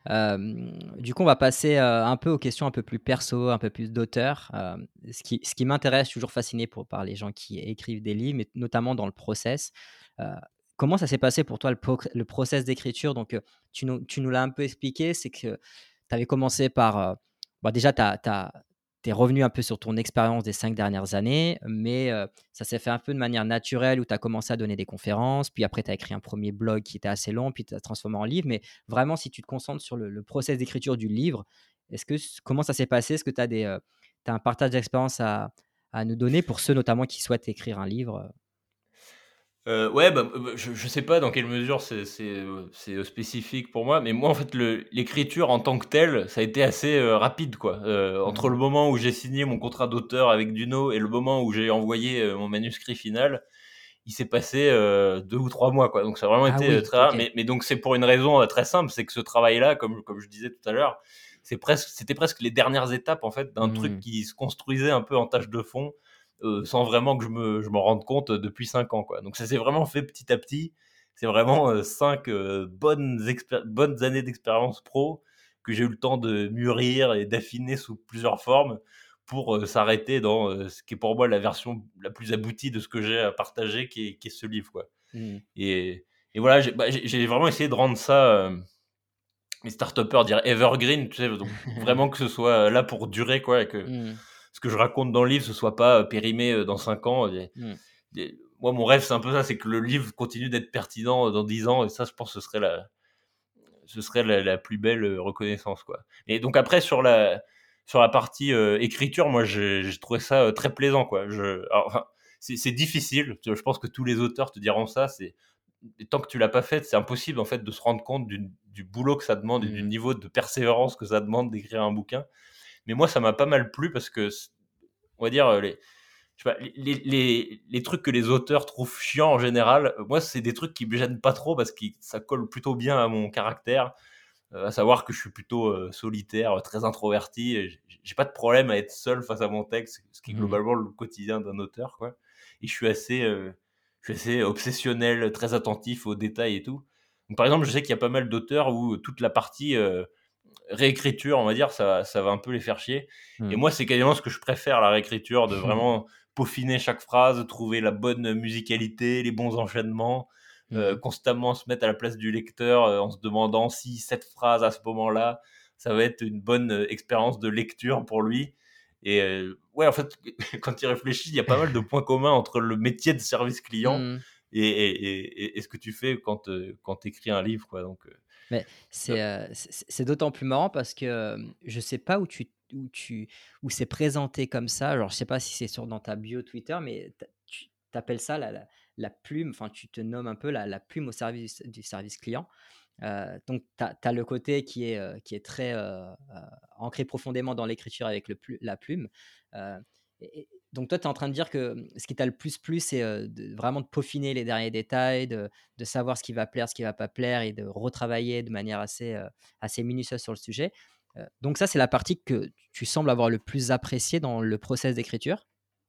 Hem, du coup, on va passer, heu, un peu aux questions un peu plus perso, un peu plus d'auteur. Hem, ce qui ce qui m'intéresse, je suis toujours fasciné pour par les gens qui écrivent des livres, mais notamment dans le process. Heu, comment ça s'est passé pour toi le, pro- le process d'écriture? Donc, euh, tu nous, tu nous l'as un peu expliqué, c'est que tu avais commencé par. Euh, bon, déjà, tu es revenu un peu sur ton expérience des cinq dernières années, mais euh, ça s'est fait un peu de manière naturelle où tu as commencé à donner des conférences, puis après, tu as écrit un premier blog qui était assez long, puis tu as transformé en livre. Mais vraiment, si tu te concentres sur le, le process d'écriture du livre, est-ce que, comment ça s'est passé? Est-ce que tu as, des, euh, t'as un partage d'expérience à, à nous donner pour ceux notamment qui souhaitent écrire un livre? Euh, ouais, bah, euh, je, je sais pas dans quelle mesure c'est c'est euh, c'est, euh, spécifique pour moi, mais moi en fait le l'écriture en tant que telle, ça a été assez euh, rapide quoi. Euh, entre Mhm. le moment où j'ai signé mon contrat d'auteur avec Duno et le moment où j'ai envoyé euh, mon manuscrit final, il s'est passé euh, deux ou trois mois quoi. Donc ça a vraiment Ah été euh, oui, très rare. ok. Mais, mais donc c'est pour une raison euh, très simple, c'est que ce travail-là, comme comme je disais tout à l'heure, c'est presque c'était presque les dernières étapes en fait d'un truc Mhm. qui se construisait un peu en tâche de fond euh, sans vraiment que je me, je m'en rende compte euh, depuis cinq ans. Quoi. Donc ça s'est vraiment fait petit à petit. C'est vraiment euh, cinq euh, bonnes, expé- bonnes années d'expérience pro que j'ai eu le temps de mûrir et d'affiner sous plusieurs formes pour euh, s'arrêter dans euh, ce qui est pour moi la version la plus aboutie de ce que j'ai à partager, qui est, qui est ce livre. Quoi. Mhm. Et, et voilà, j'ai, bah, j'ai, j'ai vraiment essayé de rendre ça, euh, les start-upers diraient evergreen, tu sais, donc vraiment que ce soit là pour durer, quoi, et que Mhm. ce que je raconte dans le livre, ce soit pas euh, périmé euh, dans cinq ans. Et- Mhm. et moi, mon rêve, c'est un peu ça, c'est que le livre continue d'être pertinent euh, dans dix ans, et ça, je pense que ce serait la, ce serait la, la plus belle euh, reconnaissance, quoi. Et donc après, sur la, sur la partie euh, écriture, moi, j'ai j'ai trouvé ça euh, très plaisant, quoi. Je, alors, enfin, c'est c'est difficile, je pense que tous les auteurs te diront ça, c'est et tant que tu l'as pas fait, c'est impossible en fait de se rendre compte du, du boulot que ça demande et du Mhm. niveau de persévérance que ça demande d'écrire un bouquin. Mais moi, ça m'a pas mal plu parce que, on va dire, euh, les, je sais pas, les, les, les trucs que les auteurs trouvent chiants en général, euh, moi, c'est des trucs qui me gênent pas trop parce que ça colle plutôt bien à mon caractère, euh, à savoir que je suis plutôt euh, solitaire, très introverti. Et j'ai j'ai pas de problème à être seul face à mon texte, ce qui est Mhm. globalement le quotidien d'un auteur, quoi. Et je suis assez, euh, je suis assez obsessionnel, très attentif aux détails et tout. Donc, par exemple, je sais qu'il y a pas mal d'auteurs où toute la partie euh, réécriture, on va dire, ça, ça va un peu les faire chier. Et Mhm. moi, c'est quasiment ce que je préfère, la réécriture, de vraiment peaufiner chaque phrase, trouver la bonne musicalité, les bons enchaînements, euh, Mhm. constamment se mettre à la place du lecteur euh, en se demandant si cette phrase à ce moment-là, ça va être une bonne euh, expérience de lecture pour lui. Et euh, ouais, en fait, quand il réfléchit, il y a pas mal de points communs entre le métier de service client Mhm. et, et, et, et ce que tu fais quand, euh, quand tu écris un livre, quoi. Donc, euh, Mais c'est, heu, c'est c'est d'autant plus marrant parce que, hem, je sais pas où tu où tu où c'est présenté comme ça. Alors je sais pas si c'est sur dans ta bio Twitter, mais tu tu appelles ça la la la plume, enfin tu te nommes un peu la la plume au service du service client. Heu, donc tu as le côté qui est, heu, qui est très, heu heu, ancré profondément dans l'écriture avec le plu la plume. Heu et et donc toi, tu es en train de dire que, mmh, ce qui t'a le plus plu, c'est, heu, de vraiment de peaufiner les derniers détails, de de savoir ce qui va plaire, ce qui va pas plaire et de retravailler de manière assez, heu, assez minutieuse sur le sujet. Heu, donc ça, c'est la partie que tu sembles avoir le plus appréciée dans le process d'écriture?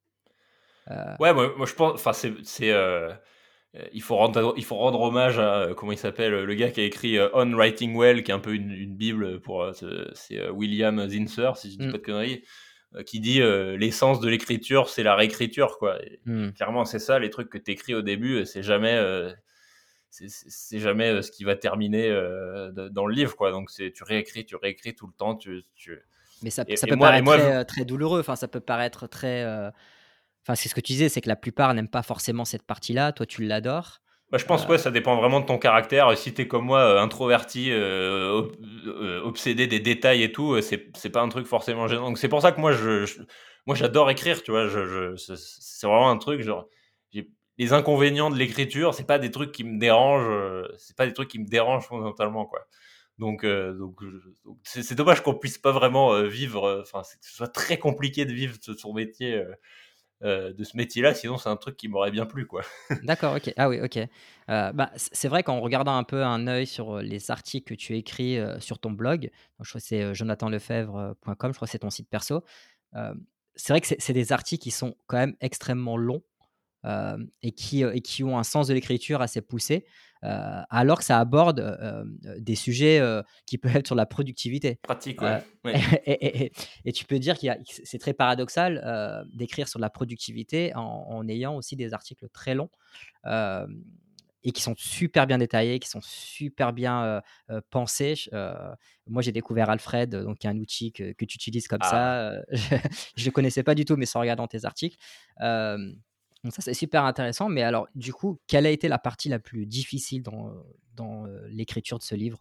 Heu, ouais, moi, moi je pense, enfin, c'est, c'est, euh, euh, il faut rendre, il faut rendre hommage à, euh, comment il s'appelle, le gars qui a écrit euh, On Writing Well, qui est un peu une, une bible pour, euh, ce- c'est euh, William Zinsser, si je dis mmh, pas de conneries, euh, qui dit euh, l'essence de l'écriture, c'est la réécriture, quoi. Et, et mmh, clairement, c'est ça, les trucs que tu écris au début, euh, c'est jamais, euh, c'est, c'est c'est jamais euh, ce qui va terminer euh, de- dans le livre, quoi. Donc c'est, tu réécris, tu réécris tout le temps, tu, tu... mais ça ça Et, et peut moi, et paraître moi, très, heu, très douloureux, enfin ça peut paraître très, heu enfin c'est ce que tu disais, c'est que la plupart n'aiment pas forcément cette partie-là. Toi, tu l'adores. bah, je pense Heu, que ouais, ça dépend vraiment de ton caractère. Si t'es comme moi, euh, introverti, euh, ob- euh, obsédé des détails et tout, euh, c'est c'est pas un truc forcément gênant. Donc c'est pour ça que moi, je, je- moi, j'adore écrire. Tu vois, je, je- c'est c'est vraiment un truc. Genre, j'ai- les inconvénients de l'écriture, c'est pas des trucs qui me dérangent. euh, C'est pas des trucs qui me dérangent fondamentalement, quoi. Donc, euh, donc, je- donc c'est c'est dommage qu'on puisse pas vraiment euh, vivre. euh, Enfin, c'est- que ce soit très compliqué de vivre de son métier, euh, euh, de ce métier-là. Sinon, c'est un truc qui m'aurait bien plu, quoi. d'accord, OK. Ah oui, OK. Heu, bah, c c'est vrai qu'en regardant un peu un œil sur, heu, les articles que tu écris, heu, sur ton blog, donc je crois que c'est, heu, jonathan lefebvre point com, je crois que c'est ton site perso. Hem, c'est vrai que c'est c'est des articles qui sont quand même extrêmement longs, hem et qui, heu et qui ont un sens de l'écriture assez poussé, heu, alors que ça aborde, heu, hem, des sujets, heu, qui peuvent être sur la productivité. Pratique, ouais. Heu Ouais. et et et et tu peux dire qu'il y a c'est c'est très paradoxal, heu, d'écrire sur la productivité en en ayant aussi des articles très longs. Hem et qui sont super bien détaillés, qui sont super bien euh, euh, pensés. Euh, moi, j'ai découvert Alfred, euh, donc qui est un outil que, que tu utilises comme Ah. ça. Euh, je ne le connaissais pas du tout, mais sans regarder dans tes articles. Euh, donc ça, c'est super intéressant. Mais alors, du coup, quelle a été la partie la plus difficile dans, dans euh, l'écriture de ce livre?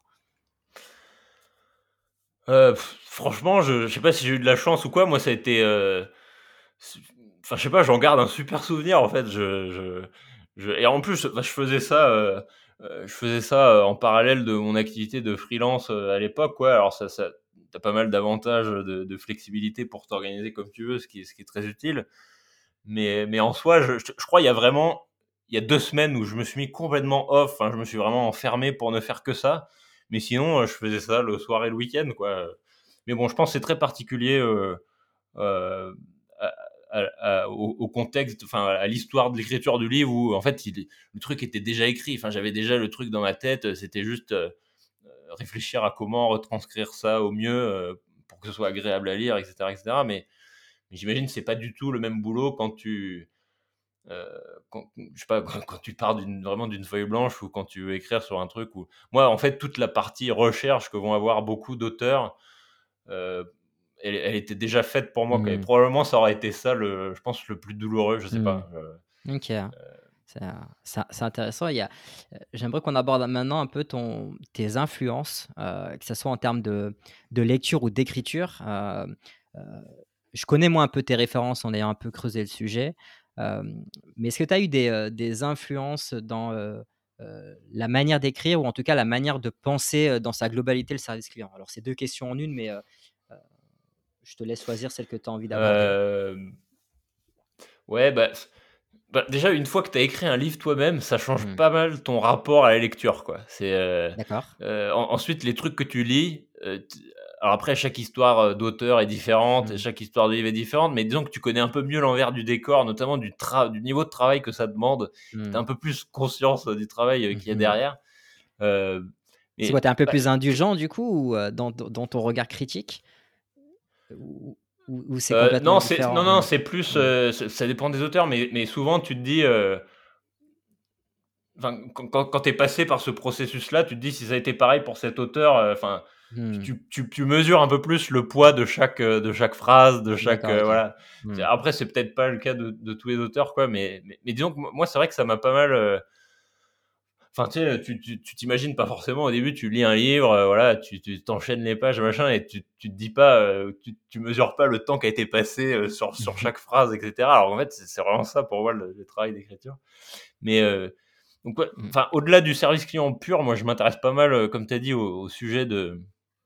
Euh, pff, franchement, je, je sais pas si j'ai eu de la chance ou quoi. Moi, ça a été. euh, c'est- Enfin, je sais pas, j'en garde un super souvenir en fait. Je, je, je- Et en plus, enfin, je faisais ça. euh, euh, je faisais ça euh, en parallèle de mon activité de freelance euh, à l'époque, quoi. Alors ça, ça, t'as pas mal d'avantages de, de flexibilité pour t'organiser comme tu veux, ce qui est, ce qui est très utile. Mais, mais en soi, je, je, je crois il y a vraiment, il y a deux semaines où je me suis mis complètement off. Enfin, je me suis vraiment enfermé pour ne faire que ça. Mais sinon, euh, je faisais ça le soir et le week-end, quoi. Mais bon, je pense que c'est très particulier euh, euh, à- à- à- au, au contexte, enfin à l'histoire de l'écriture du livre où en fait il, le truc était déjà écrit. Enfin, j'avais déjà le truc dans ma tête. C'était juste euh, réfléchir à comment retranscrire ça au mieux euh, pour que ce soit agréable à lire, et cetera, et cetera. Mais, mais j'imagine que c'est pas du tout le même boulot quand tu euh, quand, je sais pas, quand, quand tu pars d'une, vraiment d'une feuille blanche ou quand tu veux écrire sur un truc où moi en fait toute la partie recherche que vont avoir beaucoup d'auteurs euh, elle, elle était déjà faite pour moi quoi. Et Hmm. probablement ça aurait été ça le, je pense le plus douloureux, je sais Hmm. pas. Euh, Ok. C'est c'est- c'est intéressant. Il y a, euh, j'aimerais qu'on aborde maintenant un peu ton, tes influences, euh, que ce soit en termes de, de lecture ou d'écriture. Euh, euh, je connais moi un peu tes références en ayant un peu creusé le sujet. Euh, mais est-ce que tu as eu des, euh, des influences dans euh, euh, la manière d'écrire ou en tout cas la manière de penser euh, dans sa globalité le service client? Alors, c'est deux questions en une, mais euh, euh, je te laisse choisir celle que tu as envie d'aborder. euh, ouais bah, bah, déjà une fois que tu as écrit un livre toi-même ça change Hmm. pas mal ton rapport à la lecture quoi. C'est euh, D'accord. euh, en- ensuite les trucs que tu lis euh, t- alors après chaque histoire euh, d'auteur est différente et Hmm. chaque histoire de livre est différente, mais disons que tu connais un peu mieux l'envers du décor, notamment du, tra- du niveau de travail que ça demande. Tu Hmm. as un peu plus conscience euh, du travail euh, qu'il y a Mhm. derrière. Euh, C'est quoi, mais tu es un peu bah, plus indulgent du coup ou heu, dans dans dans ton regard critique? Ou ou ou c'est euh, complètement non, c'est non, différent? non, Mmh. c'est plus, Mmh. euh, ça ça dépend des auteurs, mais, mais souvent tu te dis, euh, enfin, quand, quand, quand tu es passé par ce processus-là, tu te dis si ça a été pareil pour cet auteur, euh, enfin, Mmh. tu, tu, tu mesures un peu plus le poids de chaque, euh, de chaque phrase, de chaque, D'accord, euh, OK. voilà. Mmh. Après, c'est peut-être pas le cas de, de tous les auteurs, quoi, mais, mais, mais disons que moi, c'est vrai que ça m'a pas mal. euh, Enfin, tu sais, tu, tu, tu t'imagines pas forcément au début, tu lis un livre, euh, voilà, tu, tu t'enchaînes les pages, machin, et tu, tu te dis pas, euh, tu, tu mesures pas le temps qui a été passé euh, sur, sur chaque phrase, et cetera. Alors en fait, c'est, c'est vraiment ça pour moi le, le travail d'écriture. Mais euh, donc, ouais, Mmh. enfin, au-delà du service client pur, moi, je m'intéresse pas mal, euh, comme tu as dit, au, au sujet de,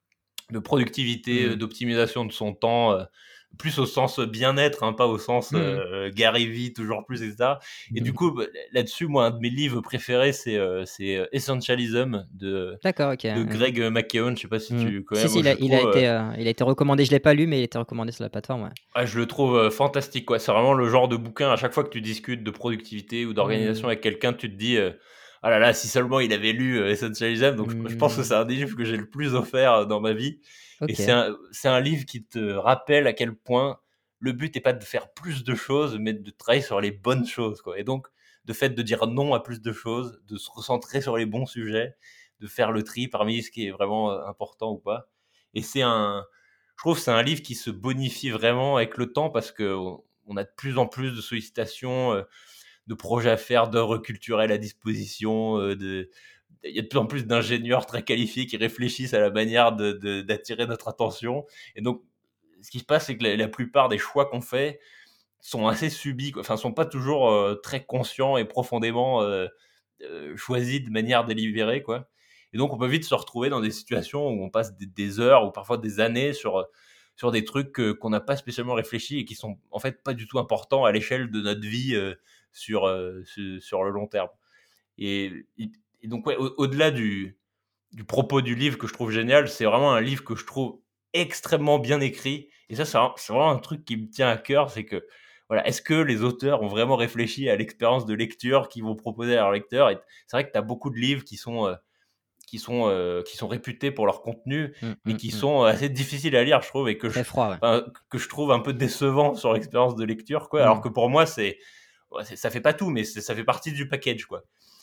de productivité, euh, Mmh. d'optimisation de son temps, euh, plus au sens bien-être, hein, pas au sens Mmh. euh, Gary Vee, toujours plus, et cetera. Et du Mmh. coup, bah, là-dessus, moi, un de mes livres préférés, c'est euh, c'est euh, Essentialism de, D'accord, OK. de Mmh. Greg McKeown. Je sais pas si Mmh. tu connais, Si, si, moi, il je a le il a trouve, euh, été, heu, il a été recommandé. Je l'ai pas lu, mais il a été recommandé sur la plateforme, ouais. ah, je le trouve euh, fantastique, quoi. C'est vraiment le genre de bouquin, à chaque fois que tu discutes de productivité ou d'organisation Mmh. avec quelqu'un, tu te dis, euh, ah là là, si seulement il avait lu euh, Essentialism. Donc, je, je pense que c'est Mmh. un des livres que j'ai le plus offert euh, dans ma vie. Et c'est OK. un, c'est un livre qui te rappelle à quel point le but n'est pas de faire plus de choses, mais de travailler sur les bonnes choses, quoi. Et donc, de fait de dire non à plus de choses, de se recentrer sur les bons sujets, de faire le tri parmi ce qui est vraiment euh, important ou pas. Et c'est un, je trouve que c'est un livre qui se bonifie vraiment avec le temps parce que on a de plus en plus de sollicitations, euh, de projets à faire, d'œuvres culturelles à disposition, euh, de, il y a de plus en plus d'ingénieurs très qualifiés qui réfléchissent à la manière de, de- d'attirer notre attention. Et donc, ce qui se passe, c'est que la, la plupart des choix qu'on fait sont assez subis, quoi. Enfin, sont pas toujours euh, très conscients et profondément euh, euh, choisis de manière délibérée, quoi. Et donc, on peut vite se retrouver dans des situations où on passe des, des heures ou parfois des années sur sur des trucs que- qu'on n'a pas spécialement réfléchi et qui sont en fait pas du tout importants à l'échelle de notre vie euh, sur, euh, sur sur le long terme. Et, et donc, ouais, au- au-delà du, du propos du livre que je trouve génial, c'est vraiment un livre que je trouve extrêmement bien écrit. Et ça, c'est un- c'est vraiment un truc qui me tient à cœur, c'est que, voilà, est-ce que les auteurs ont vraiment réfléchi à l'expérience de lecture qu'ils vont proposer à leurs lecteurs? Et c'est vrai que tu as beaucoup de livres qui sont, euh, qui sont, euh, qui sont réputés pour leur contenu, Mmh, mais mmh, qui mmh. sont assez difficiles à lire, je trouve, et que je, Très froid, ouais. enfin, que je trouve un peu décevant sur l'expérience de lecture, quoi. Alors Mmh. que pour moi, c'est, ouais, c'est- ça fait pas tout, mais c'est- ça fait partie du package, quoi.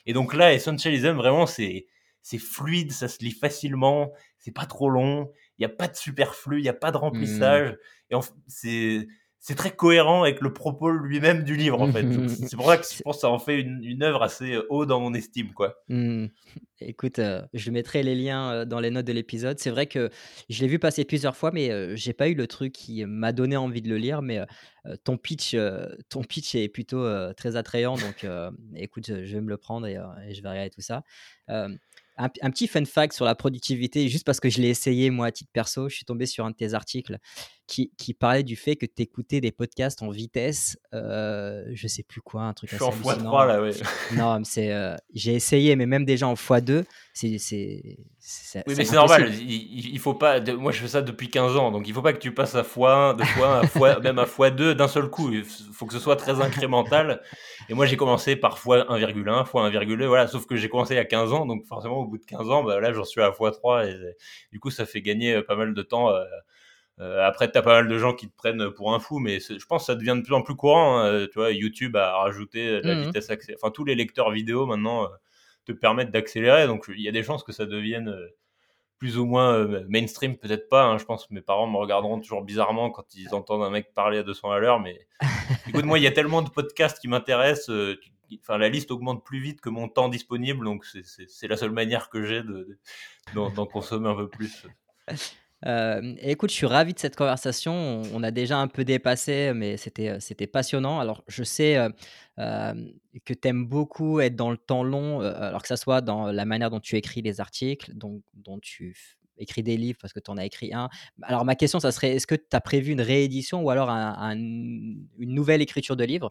Et donc là, Essentialism, vraiment, c'est, c'est fluide, ça se lit facilement, c'est pas trop long, il n'y a pas de superflu, il n'y a pas de Mmh. remplissage. Et en f- c'est, c'est très cohérent avec le propos lui-même du livre, en fait. Donc c'est pour ça que je pense que ça en fait une, une œuvre assez haut dans mon estime, quoi. Mmh. Écoute, heu, je mettrai les liens, heu, dans les notes de l'épisode. C'est vrai que je l'ai vu passer plusieurs fois, mais heu, j'ai pas eu le truc qui m'a donné envie de le lire. Mais heu heu, ton pitch, heu, ton pitch est plutôt, heu, très attrayant. Donc heu, écoute, je je vais me le prendre et heu et je vais regarder tout ça. Hem, un p un petit fun fact sur la productivité, juste parce que je l'ai essayé moi à titre perso, je suis tombé sur un de tes articles qui qui parlait du fait que tu écoutais des podcasts en vitesse, heu, je sais plus quoi, un truc Je suis en assez fois trois hallucinant. là, ouais. Non, mais c'est, heu, j'ai essayé, mais même déjà en fois deux, c'est c'est c'est Oui, c'est mais c'est normal. impossible. Il, il- il faut pas. de- Moi, je fais ça depuis quinze ans, donc il faut pas que tu passes à fois un, de fois un, à fois, même à fois deux d'un seul coup. Il f- faut que ce soit très incrémental. Et moi, j'ai commencé par fois un virgule un, fois un virgule deux, voilà. Sauf que j'ai commencé il y a quinze ans, donc forcément, au bout de quinze ans, bah, là, j'en suis à fois trois. Et du coup, ça fait gagner euh, pas mal de temps. euh, euh, après, t'as pas mal de gens qui te prennent pour un fou, mais c'est- je pense que ça devient de plus en plus courant, hein. Euh, Tu vois, YouTube a rajouté de la Mmh mh. vitesse accélérée. Enfin, tous les lecteurs vidéo maintenant euh, te permettent d'accélérer, donc il y a des chances que ça devienne euh, plus ou moins euh, mainstream, peut-être pas, hein. Je pense que mes parents me regarderont toujours bizarrement quand ils entendent un mec parler à deux cents à l'heure, mais écoute, moi, il y a tellement de podcasts qui m'intéressent, euh, qui- qui- enfin, la liste augmente plus vite que mon temps disponible, donc c'est c'est- c'est la seule manière que j'ai de, de- d'en d'en consommer un peu plus. Hem, écoute, je suis ravi de cette conversation. On on a déjà un peu dépassé, mais c'était, heu, c'était passionnant. Alors je sais, heu, hem, que tu aimes beaucoup être dans le temps long, heu, alors que ça soit dans la manière dont tu écris les articles, dont dont tu f écris des livres parce que tu en as écrit un. Alors ma question, ça serait, est-ce que tu as prévu une réédition ou alors un un une nouvelle écriture de livre?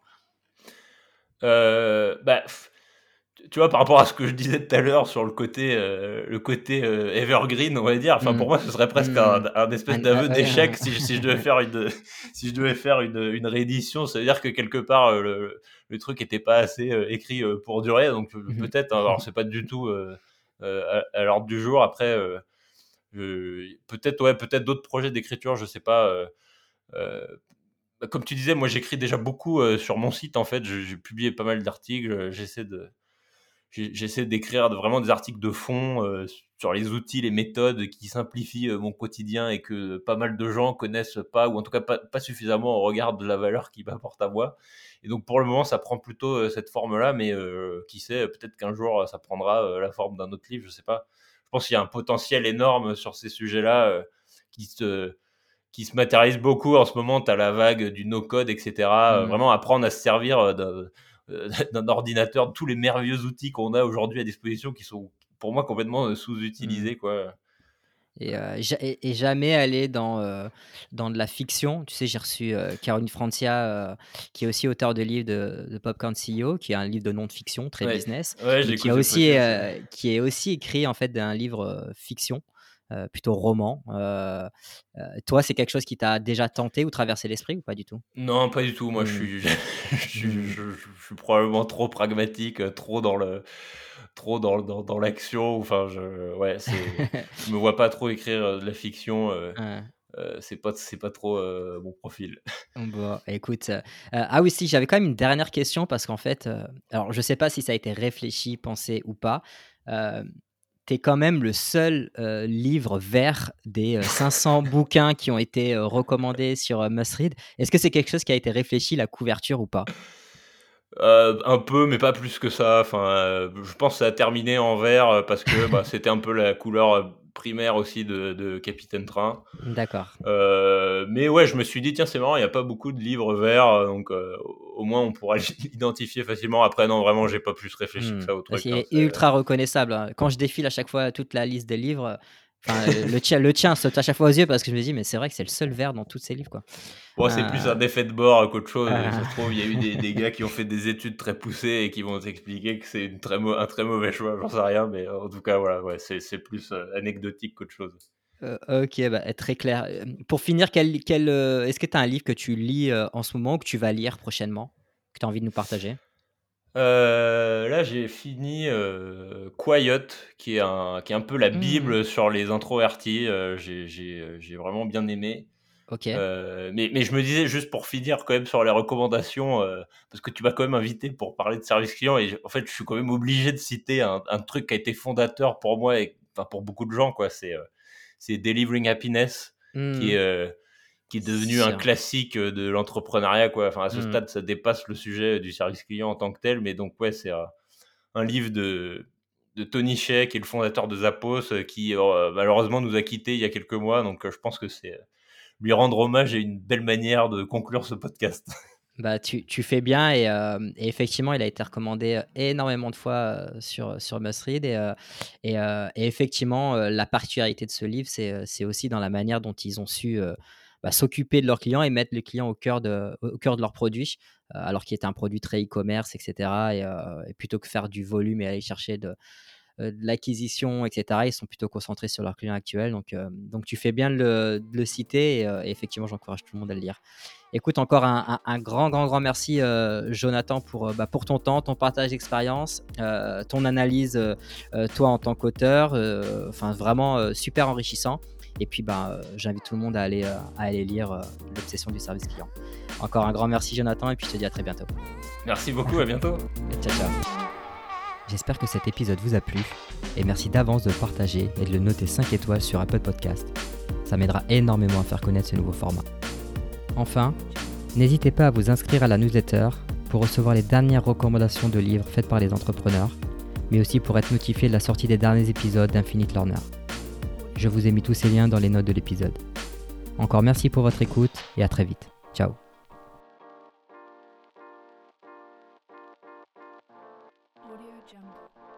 Euh, bah, pff, tu vois, par rapport à ce que je disais tout à l'heure sur le côté, euh, le côté euh, evergreen, on va dire. Enfin, Mmh. pour moi, ce serait presque un, Mmh. un espèce Un ah d'aveu ouais, d'échec si, je- si je devais faire une, si je devais faire une, une réédition. Ça veut dire que quelque part, euh, le, le truc était pas assez euh, écrit euh, pour durer. Donc euh, mmh peut-être. Hein, alors, c'est pas du tout euh, euh, à, à l'ordre du jour. Après, euh, je- peut-être, ouais, peut-être d'autres projets d'écriture. Je sais pas. euh, euh, bah, comme tu disais, moi, j'écris déjà beaucoup euh, sur mon site. En fait, Je- j'ai publié pas mal d'articles. euh, J'essaie de j'ai- j'essaie d'écrire de- vraiment des articles de fond euh, sur les outils, les méthodes qui simplifient euh, mon quotidien et que pas mal de gens connaissent pas, ou en tout cas pas, pas suffisamment au regard de la valeur qu'ils m'apportent à moi. Et donc pour le moment, ça prend plutôt euh, cette forme-là, mais euh, qui sait, peut-être qu'un jour, euh, ça prendra euh, la forme d'un autre livre, je sais pas. Je pense qu'il y a un potentiel énorme sur ces sujets-là euh, qui se qui se matérialise beaucoup en ce moment. Tu as la vague du no-code, et cetera. Euh, Mmh. vraiment apprendre à se servir euh, d'un euh, d'un ordinateur, de tous les merveilleux outils qu'on a aujourd'hui à disposition qui sont pour moi complètement euh, Mmh. sous-utilisés, quoi. Et, heu, ja et et jamais aller dans, heu, dans de la fiction. Tu sais, j'ai reçu, heu, Caroline Francia, heu, qui est aussi auteure de livres de de Popcorn C E O, qui est un livre de non-fiction très Ouais, business, ouais, j'ai mais qui a écouté le aussi, podcast. heu, qui est aussi écrit en fait d'un livre, heu, fiction, heu, plutôt roman. Heu heu, toi, c'est quelque chose qui t'a déjà tenté ou traversé l'esprit ou pas du tout? Non, pas du tout. Moi, je Mmh. suis, je suis, Mmh. je, je- je suis probablement trop pragmatique, euh, trop dans le, trop dans, dans, dans l'action. Enfin, je, ouais, c'est, je me vois pas trop écrire euh, de la fiction. Euh, Hein. euh, c'est pas, c'est pas trop euh, mon profil. Bon, écoute, heu, ah oui, si, j'avais quand même une dernière question parce qu'en fait, heu, alors je sais pas si ça a été réfléchi, pensé ou pas. Hem, tu es quand même le seul, heu, livre vert des, heu, cinq cents bouquins qui ont été, heu, recommandés sur, heu, Must Read. Est-ce que c'est quelque chose qui a été réfléchi, la couverture ou pas? Heu, un peu, mais pas plus que ça. Enfin, heu, je pense que ça a terminé en vert, heu, parce que, bah, c'était un peu la couleur, heu, primaire aussi de de Capitaine Train. D'accord. Heu, mais ouais, je me suis dit: «Tiens, c'est marrant, il y a pas beaucoup de livres verts, heu, donc heu, au moins on pourra l'identifier facilement». Après non, vraiment, j'ai pas plus réfléchi que Mmh. ça au Parce truc, qu'il hein, est c'est ultra reconnaissable, hein. Quand je défile à chaque fois toute la liste des livres, enfin, heu, le tien le tien saute à chaque fois aux yeux parce que je me dis: «Mais c'est vrai que c'est le seul vert dans tous ces livres, quoi». bon, c'est plus Heu un effet de bord qu'autre chose. Ça se trouve, il y a eu des des ah. gars qui ont fait des études très poussées et qui vont t'expliquer que c'est une très mau un très mauvais choix, j'en sais rien, mais en tout cas, voilà, ouais, c'est c'est plus, heu, anecdotique qu'autre chose. Heu, OK, bah, très clair. Hem, pour finir, quel quel, heu, est-ce que tu as un livre que tu lis, heu, en ce moment ou que tu vas lire prochainement, que tu as envie de nous partager? Heu, là, j'ai fini, heu, Quiet, qui est un qui est un peu la Mmh. bible sur les introvertis. Heu, j'ai j'ai, heu, j'ai vraiment bien aimé. Ok. Euh, mais, mais je me disais, juste pour finir quand même sur les recommandations, euh, parce que tu m'as quand même invité pour parler de service client, et en fait, je suis quand même obligé de citer un, un truc qui a été fondateur pour moi et enfin, pour beaucoup de gens, quoi. C'est, euh, c'est Delivering Happiness, qui est, Hmm. euh, qui est devenu un C'est un- classique de l'entrepreneuriat, quoi. Enfin, à ce hmm. stade, ça dépasse le sujet du service client en tant que tel, mais donc, ouais, c'est euh, un livre de, de Tony Hsieh, qui est le fondateur de Zappos, euh, qui euh, malheureusement nous a quittés il y a quelques mois, donc euh, je pense que c'est lui rendre hommage est une belle manière de conclure ce podcast. Bah, tu, tu fais bien et, euh, et effectivement, il a été recommandé euh, énormément de fois euh, sur, sur Must Read et, euh, et, euh, et effectivement, euh, la particularité de ce livre, c'est, euh, c'est aussi dans la manière dont ils ont su euh, bah, s'occuper de leurs clients et mettre le client au cœur de, au cœur de leur produit, euh, alors qu'il était un produit très e-commerce, et cetera. Et, euh, et plutôt que faire du volume et aller chercher de, euh, de l'acquisition, et cetera, ils sont plutôt concentrés sur leurs clients actuels. Donc, euh, donc tu fais bien de le, de le citer et, euh, et effectivement, j'encourage tout le monde à le lire. Écoute, encore un, un- un grand, grand, grand merci, euh, Jonathan, pour, euh, bah, pour ton temps, ton partage d'expérience, euh, ton analyse, euh, euh, toi en tant qu'auteur. euh, Enfin, vraiment euh, super enrichissant. Et puis, bah, euh, j'invite tout le monde à aller, euh, à aller lire euh, L'obsession du service client. Encore un grand merci, Jonathan, et puis je te dis à très bientôt. Merci beaucoup, à bientôt. Ciao, ciao. J'espère que cet épisode vous a plu, et merci d'avance de le partager et de le noter cinq étoiles sur Apple Podcast. Ça m'aidera énormément à faire connaître ce nouveau format. Enfin, n'hésitez pas à vous inscrire à la newsletter pour recevoir les dernières recommandations de livres faites par les entrepreneurs, mais aussi pour être notifié de la sortie des derniers épisodes d'Infinite Learner. Je vous ai mis tous ces liens dans les notes de l'épisode. Encore merci pour votre écoute et à très vite. Ciao. Audio Jungle.